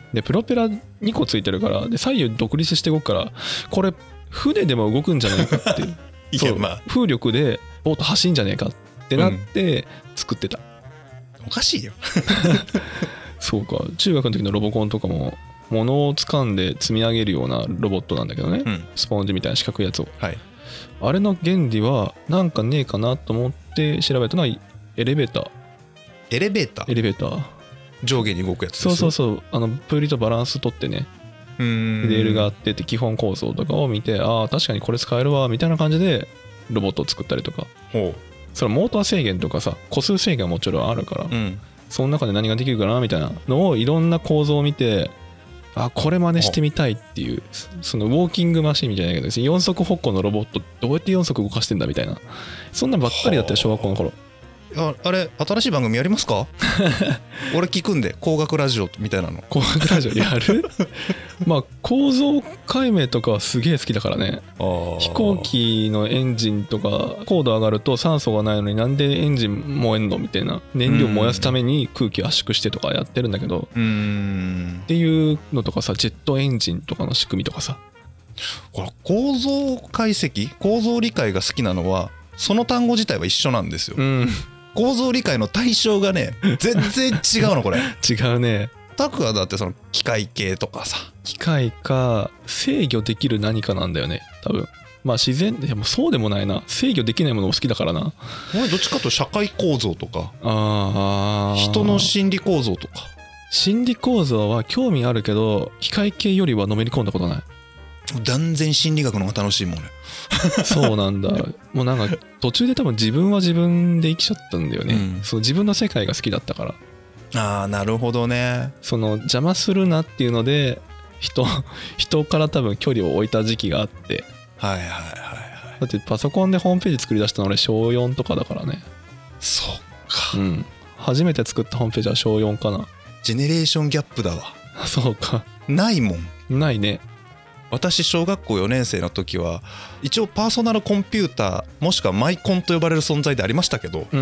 S1: でプロペラにこついてるからで左右独立して動くからこれ船でも動くんじゃないかっていう
S2: いや、まあ、
S1: 風力でボート走んじゃねえかってなって作ってた、
S2: うん、おかしいよ
S1: そうか。中学の時のロボコンとかも物を掴んで積み上げるようなロボットなんだけどね、うん、スポンジみたいな四角いやつを、はい、あれの原理はなんかねえかなと思って調べたのはエレベーター。
S2: エレベーター
S1: エレベーター
S2: 上下に動くやつです。
S1: そうそうそう。あのプーリとバランス取ってね、
S2: うーん
S1: レールがあってって基本構造とかを見て、ああ確かにこれ使えるわみたいな感じでロボットを作ったりとか。
S2: ほう。
S1: そのモーター制限とかさ個数制限はもちろんあるから、うん、その中で何ができるかなみたいなのをいろんな構造を見て、あこれ真似してみたいっていう、そのウォーキングマシンみたいなけどよん足歩行のロボットどうやってよん足動かしてんだみたいな、そんなばっかりだったよ小学校の頃。
S2: あ, あれ新しい番組やりますか俺聞くんで工学ラジオみたいなの。
S1: 工学ラジオやるまあ構造解明とかはすげえ好きだからね。飛行機のエンジンとか高度上がると酸素がないのになんでエンジン燃えんのみたいな、燃料燃やすために空気圧縮してとかやってるんだけど、
S2: うーん
S1: っていうのとかさ、ジェットエンジンとかの仕組みとかさ、
S2: これ構造解析構造理解が好きなのはその単語自体は一緒なんですよ、うん、構造理解の対象がね全然違うのこれ
S1: 違うね。
S2: タクはだってその機械系とかさ、
S1: 機械か制御できる何かなんだよね多分。まあ自然でもそうでもないな、制御できないものも好きだからな。
S2: 俺どっちかと社会構造とか
S1: あ
S2: 人の心理構造とか。
S1: 心理構造は興味あるけど機械系よりはのめり込んだことない。
S2: 断然心理学の方が楽しいもんね
S1: そうなんだ。もうなんか途中で多分自分は自分で生きちゃったんだよね、うん、そう自分の世界が好きだったから。
S2: ああなるほどね。
S1: その邪魔するなっていうので人人から多分距離を置いた時期があって。
S2: はいはいはいはい。
S1: だってパソコンでホームページ作り出したの俺しょうよんとかだからね。
S2: そっか、
S1: うん、初めて作ったホームページはしょうよんかな。
S2: ジェネレーションギャップだわ。
S1: そうか。
S2: ないもん。
S1: ないね。
S2: 私小学校よねん生の時は一応パーソナルコンピューターもしくはマイコンと呼ばれる存在でありましたけど、うん、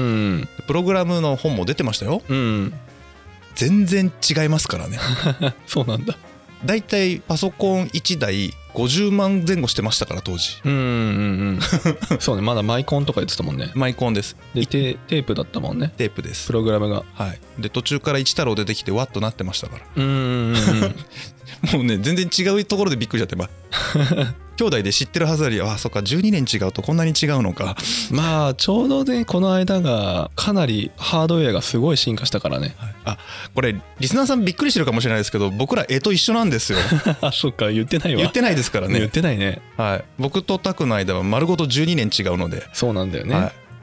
S2: プログラムの本も出てましたよ、うん、全然違いますからね
S1: そうなんだ。
S2: だいたいパソコンいちだいごじゅうまんぜん後してましたから当時。
S1: うんうんうんそうね、まだマイコンとか言ってたもんね。
S2: マイコンです。
S1: でテ, テープだったもんね。
S2: テープです。
S1: プログラムが。
S2: はい。で途中から一太郎出てきてワッとなってましたから。
S1: うんうんうん
S2: もうね全然違うところでびっくりしちゃって、ま兄弟で知ってるはずより、あそっかじゅうにねん違うとこんなに違うのか。
S1: まあちょうどねこの間がかなりハードウェアがすごい進化したからね、
S2: はい、あこれリスナーさんびっくりしてるかもしれないですけど僕ら絵と一緒なんですよ
S1: あそっか言ってないわ。
S2: 言ってないですからね。
S1: 言ってないね。
S2: はい。僕とタクの間は丸ごとじゅうにねん違うので。
S1: そうなんだよね、はい、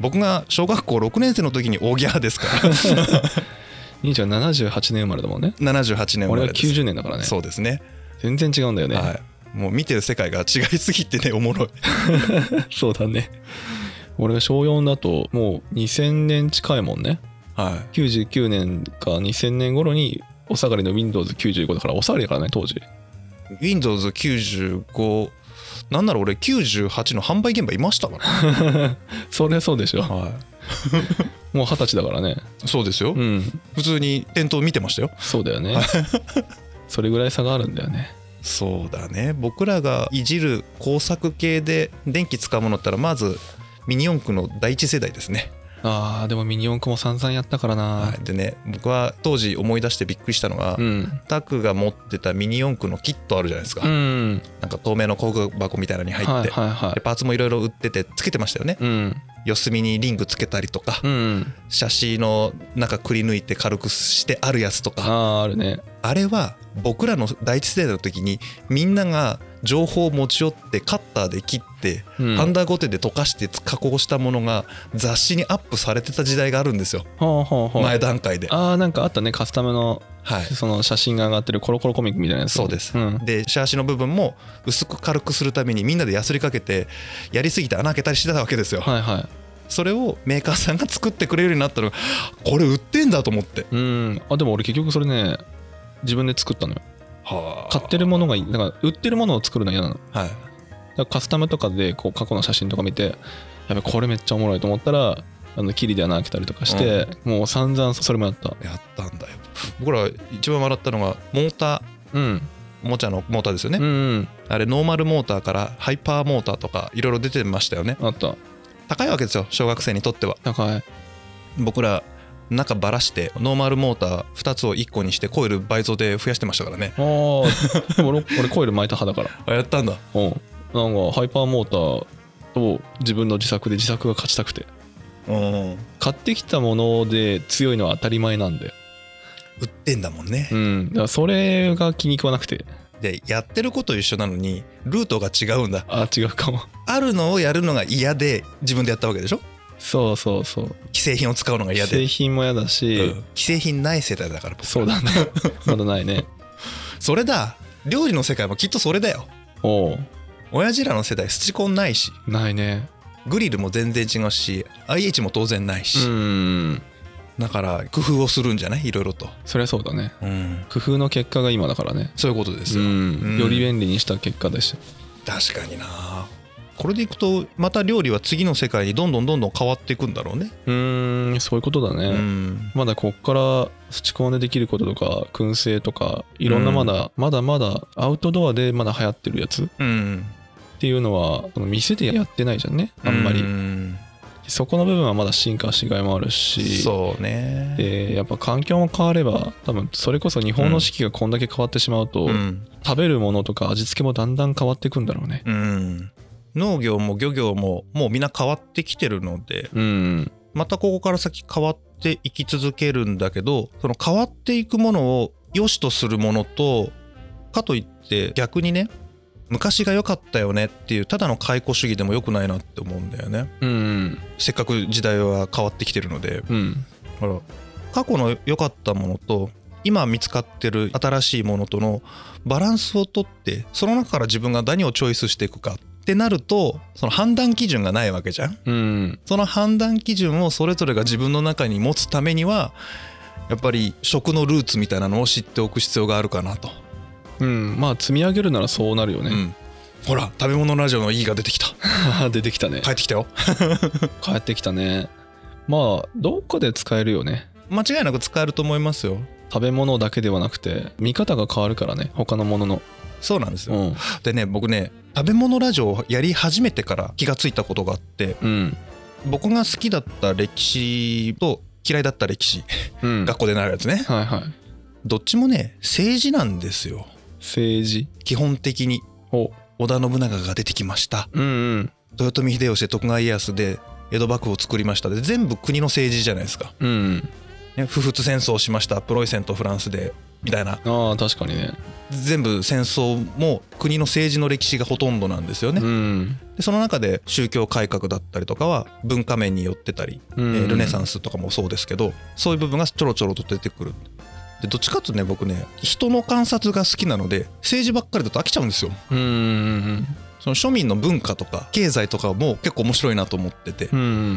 S2: 僕が小学校ろくねん生の時に大ギャーですから
S1: 兄ちゃんななじゅうはちねん生まれだもんね。
S2: ななじゅうはちねん生まれです。
S1: 俺はきゅうじゅうねんだからね。
S2: そうですね。
S1: 全然違うんだよね、
S2: はい、もう見てる世界が違いすぎてね、おもろい
S1: そうだね。俺がしょうよんだともうにせんねん近いもんね。
S2: はい、
S1: きゅうじゅうきゅうねんかにせんねん頃にお下がりの ウィンドウズきゅうじゅうご だから、お下がりだからね当時。
S2: ウィンドウズきゅうじゅうご、なんなら俺きゅうじゅうはちの販売現場いましたから
S1: そりゃそうでしょ、
S2: はい
S1: もう二十歳だからね。
S2: そうですよ、
S1: うん、
S2: 普通に店頭見てましたよ。
S1: そうだよねそれぐらい差があるんだよね。
S2: そうだね。僕らがいじる工作系で電気使うものったらまずミニ四駆の第一世代ですね。
S1: あーでもミニ四駆も散々やったからな、
S2: はい、でね、僕は当時思い出してびっくりしたのが、
S1: うん、
S2: タクが持ってたミニ四駆のキットあるじゃないですか、
S1: うん、
S2: なんか透明の工具箱みたいなのに入って、
S1: はいはいはい、
S2: でパーツもいろいろ売っててつけてましたよね、
S1: うん、
S2: 四隅にリングつけたりとか、
S1: うん、
S2: シャシーの中くり抜いて軽くしてあるやつとか、
S1: あーあるね。
S2: あれは僕らの第一世代の時にみんなが情報を持ち寄ってカッターで切って、
S1: うん、
S2: ハンダゴテで溶かして加工したものが雑誌にアップされてた時代があるんですよ、
S1: ほうほうほう、
S2: 前段階で。
S1: あーなんかあったね、カスタムの、はい、その写真が上がってるコロコロコミックみたいなやつ。
S2: そうです、
S1: うん、
S2: でシャーシの部分も薄く軽くするためにみんなでヤスリかけてやりすぎて穴開けたりしてたわけですよ。
S1: はいはい。
S2: それをメーカーさんが作ってくれるようになったら、これ売ってんだと思って。
S1: うん。あでも俺結局それね自分で作ったのよ。
S2: はあ、
S1: 買ってるものがいい。だから売ってるものを作るのは嫌なの。
S2: はい。
S1: だからカスタムとかでこう過去の写真とか見て、やべこれめっちゃおもろいと思ったら、あのキリで穴開けたりとかして、うん、もう散々それもやった。
S2: やったんだよ。僕ら一番笑ったのがモーター、うん、おもちゃのモーターですよね、うんうん、あれノーマルモーターからハイパーモーターとかいろいろ出てましたよね。
S1: あった。
S2: 高いわけですよ小学生にとっては。
S1: 高い。
S2: 僕ら中ばらしてノーマルモーターふたつをいっこにしてコイル倍増で増やしてましたからね。あ
S1: あ俺, 俺コイル巻いた派だから
S2: あやったんだ。
S1: うんなんかハイパーモーターを自分の自作で自作が勝ちたくて、うん、買ってきたもので強いのは当たり前なんだよ。
S2: 売ってんだもんね。
S1: うんだからそれが気に食わなくて。
S2: でやってること一緒なのにルートが違うんだ。
S1: あ違うかも。
S2: あるのをやるのが嫌で自分でやったわけでしょ。
S1: そうそうそう。
S2: 既製品を使うのが嫌で。
S1: 既製品も嫌だし、うん、
S2: 既製品ない世代だから僕。
S1: そうだねまだないね
S2: それだ。料理の世界もきっとそれだよ。おう親父らの世代スチコンないし。
S1: ないね。
S2: グリルも全然違うし アイエイチ も当然ないし。
S1: うん
S2: だから工夫をするんじゃないいろいろと。
S1: そりゃそうだね、うん、工夫の結果が今だからね。
S2: そういうことですよ、うん、
S1: より便利にした結果でした。
S2: 確かにな。これでいくとまた料理は次の世界にどんどんどんどん変わっていくんだろうね。
S1: うーんそういうことだね、うん、まだこっからスチコンでできることとか燻製とかいろんなまだ、うん、まだまだアウトドアでまだ流行ってるやつ、うん、っていうのはこの店でやってないじゃんねあんまり、うん、そこの部分はまだ進化しがいもあるし。そうね。でやっぱ環境も変われば多分それこそ日本の四季がこんだけ変わってしまうと、うん、食べるものとか味付けもだんだん変わっていくんだろうね。うん農業も漁業ももうみんな変わってきてるので、うん、またここから先変わっていき続けるんだけど、その変わっていくものを良しとするものとかといって逆にね昔が良かったよねっていうただの解雇主義でも良くないなって思うんだよね、うんうん、せっかく時代は変わってきてるので、うん、ほら過去の良かったものと今見つかってる新しいものとのバランスをとってその中から自分が何をチョイスしていくかってなるとその判断基準がないわけじゃん、うん、その判断基準をそれぞれが自分の中に持つためにはやっぱり食のルーツみたいなのを知っておく必要があるかなと。うんまあ積み上げるならそうなるよね、うん、ほら食べ物ラジオの E が出てきた出てきたね。帰ってきたよ帰ってきたね。まあどっかで使えるよね。間違いなく使えると思いますよ。食べ物だけではなくて見方が変わるからね他のものの。そうなんですよ、うん、でね僕ね食べ物ラジオをやり始めてから気がついたことがあって、うん、僕が好きだった歴史と嫌いだった歴史、うん、学校で習うやつね、はいはい、どっちもね政治なんですよ。政治基本的に織田信長が出てきました、うんうん、豊臣秀吉で徳川家康で江戸幕府を作りましたで全部国の政治じゃないですか、うんうんね、不仏戦争をしましたプロイセンとフランスで
S2: みたいな。
S1: ああ確かにね。
S2: 全部戦争も国の政治の歴史がほとんどなんですよね、
S1: うん、
S2: でその中で宗教改革だったりとかは文化面によってたり、
S1: うん、
S2: えー、ルネサンスとかもそうですけど、そういう部分がちょろちょろと出てくる。でどっちかっていうとね、僕ね人の観察が好きなので政治ばっかりだと飽きちゃうんですよ。
S1: うんうんうん、
S2: その庶民の文化とか経済とかも結構面白いなと思ってて、
S1: うん、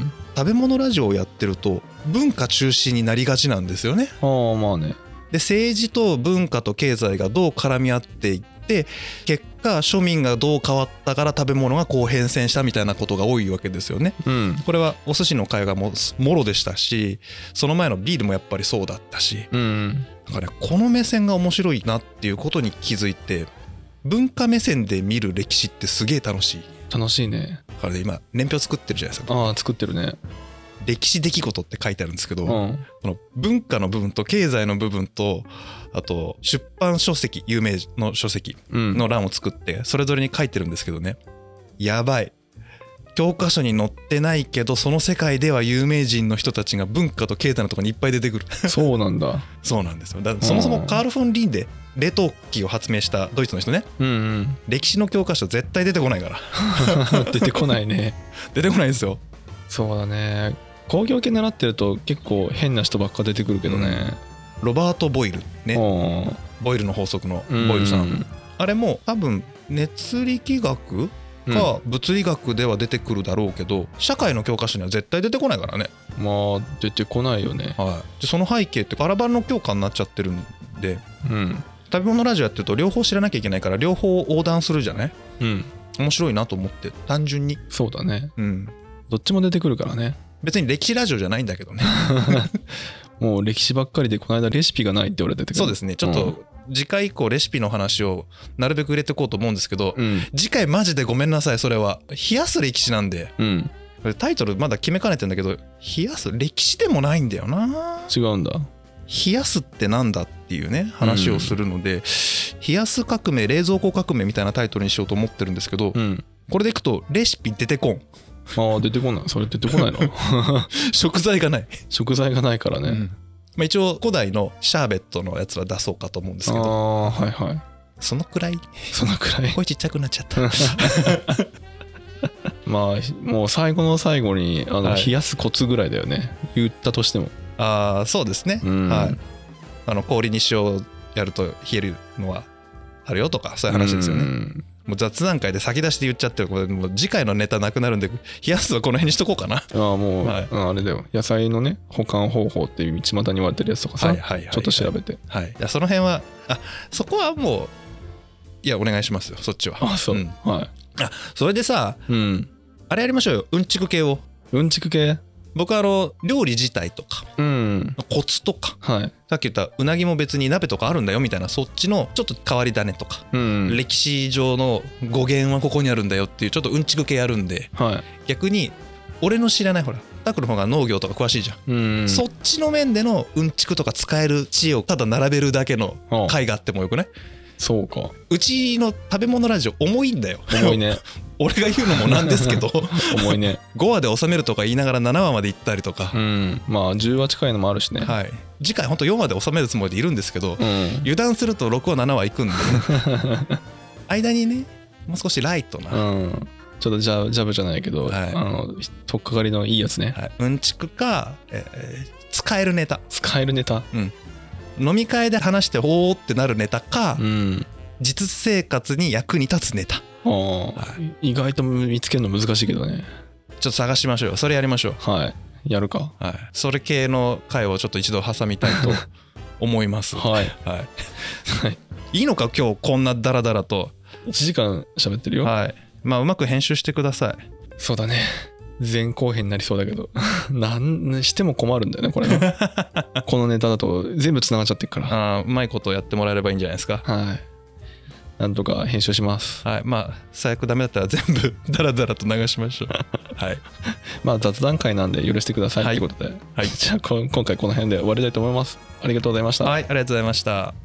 S2: 食べ物ラジオをやってると文化中心になりがちなんですよね。
S1: ああまあね。
S2: で政治と文化と経済がどう絡み合っていって結果庶民がどう変わったから食べ物がこう変遷したみたいなことが多いわけですよね、
S1: うん、
S2: これはお寿司の会がもうもろでしたし、その前のビールもやっぱりそうだったし、
S1: うん、
S2: だから、ね、この目線が面白いなっていうことに気づいて、文化目線で見る歴史ってすげえ楽しい。
S1: 楽しいね。
S2: だから、ね、今年表作ってるじゃないですか。
S1: ああ作ってるね。
S2: 歴史出来事って書いてあるんですけど、
S1: うん、
S2: この文化の部分と経済の部分とあと出版書籍、有名の書籍の欄を作ってそれぞれに書いてるんですけどね、やばい、教科書に載ってないけどその世界では有名人の人たちが文化と経済のところにいっぱい出てくる。
S1: そうなんだ。
S2: そうなんですよ。だそもそもカール・フォン・リンデ冷凍機を発明したドイツの人ね、
S1: うんうん、
S2: 歴史の教科書絶対出てこないから
S1: 出てこないね。
S2: 出てこないですよ。
S1: そうだね。工業系習ってると結構変な人ばっか出てくるけどね、
S2: うん、ロバート・ボイルね、ボイルの法則のボイルさん、うん、あれも多分熱力学か物理学では出てくるだろうけど、うん、社会の教科書には絶対出てこないからね。
S1: まあ出てこないよね、
S2: はい、でその背景ってバラバラの教科になっちゃってるんで、
S1: うん、
S2: 食べ物ラジオやってると両方知らなきゃいけないから両方横断するじゃない、うん、面白いなと思って単純に。
S1: そうだね、
S2: うん、
S1: どっちも出てくるからね。
S2: 別に歴史ラジオじゃないんだけどね
S1: もう歴史ばっかりでこの間レシピがないって言われてて。
S2: そうですね、ちょっと次回以降レシピの話をなるべく入れていこうと思うんですけど、うん、次回マジでごめんなさい、それは冷やす歴史なんで、うん、タイトルまだ決めかねてんだけど冷やす歴史でもないんだよな。
S1: 違うんだ。
S2: 冷やすってなんだっていうね話をするので、うん、冷やす革命冷蔵庫革命みたいなタイトルにしようと思ってるんですけど、うん、これでいくとレシピ出てこん。
S1: ああ出てこない。それ出てこないの
S2: 食材がない
S1: 食材がないからね、うん、
S2: まあ、一応古代のシャーベットのやつは出そうかと思うんですけど、
S1: ああはいはい、
S2: そのくらい
S1: そのくらい
S2: 声ちっちゃくなっちゃった
S1: まあもう最後の最後にあの、はい、冷やすコツぐらいだよね、言ったとしても。
S2: ああそうですね、うん、はい、あの氷に塩をやると冷えるのはあるよとかそういう話ですよね。うん、もう雑談会で先出して言っちゃってる、これもう次回のネタなくなるんで冷やすはこの辺にしとこうかな。ああもう、はい、あれだよ、野菜のね保管方法っていう巷に言われてるやつとかさ、はいはいはいはい、ちょっと調べて、 はい、いやその辺はあそこはもういやお願いしますよ、そっちは。
S1: あそう、うん、はい。
S2: あそれでさ、うん、あれやりましょうよ、うんちく系を。
S1: うんちく系。
S2: 僕はあの料理自体とか、うん、コツとか、はい、さっき言ったうなぎも別に鍋とかあるんだよみたいな、そっちのちょっと変わり種とか、うん、歴史上の語源はここにあるんだよっていうちょっとうんちく系やるんで、はい、逆に俺の知らないほらタクの方が農業とか詳しいじゃん、うん、そっちの面でのうんちくとか使える知恵をただ並べるだけの回があってもよくない？
S1: そうか。
S2: うちの食べ物ラジオ重いんだよ。
S1: 重いね
S2: 俺が言うのもなんですけど
S1: 重いね。
S2: ごわで収めるとか言いながらななわまで行ったりとか、
S1: うん、まあじゅうわ近いのもあるしね。
S2: はい、次回ほんとよんわで収めるつもりでいるんですけど、うん、油断するとろくわななわ行くんで、ね、間にねもう少しライトな、うん、
S1: ちょっとジャブジャブじゃないけど、はい、あの取っかかりのいいやつね、
S2: はい、うんちくか、えー、使えるネタ
S1: 使えるネタ、うん、
S2: 飲み会で話しておーってなるネタか、うん、実生活に役に立つネタ。あ、
S1: はい、意外と見つけるの難しいけどね。
S2: ちょっと探しましょうよ、それやりましょう。
S1: はい、やるか、
S2: はい、それ系の回をちょっと一度挟みたいと思います
S1: はい、
S2: はいはい、いいのか今日こんなダラダラと
S1: いちじかん喋ってるよ。
S2: はい、まあうまく編集してください。
S1: そうだね、前後編になりそうだけど何しても困るんだよねこれねこのネタだと全部つながっちゃってるから。
S2: あ、うまいことやってもらえればいいんじゃないですか。
S1: はい、なんとか編集します。
S2: はい、まあ最悪ダメだったら全部ダラダラと流しましょうはい、
S1: まあ雑談会なんで許してくださいということで、はい、じゃあ今回この辺で終わりたいと思います。ありがとうございました。
S2: はい、ありがとうございました。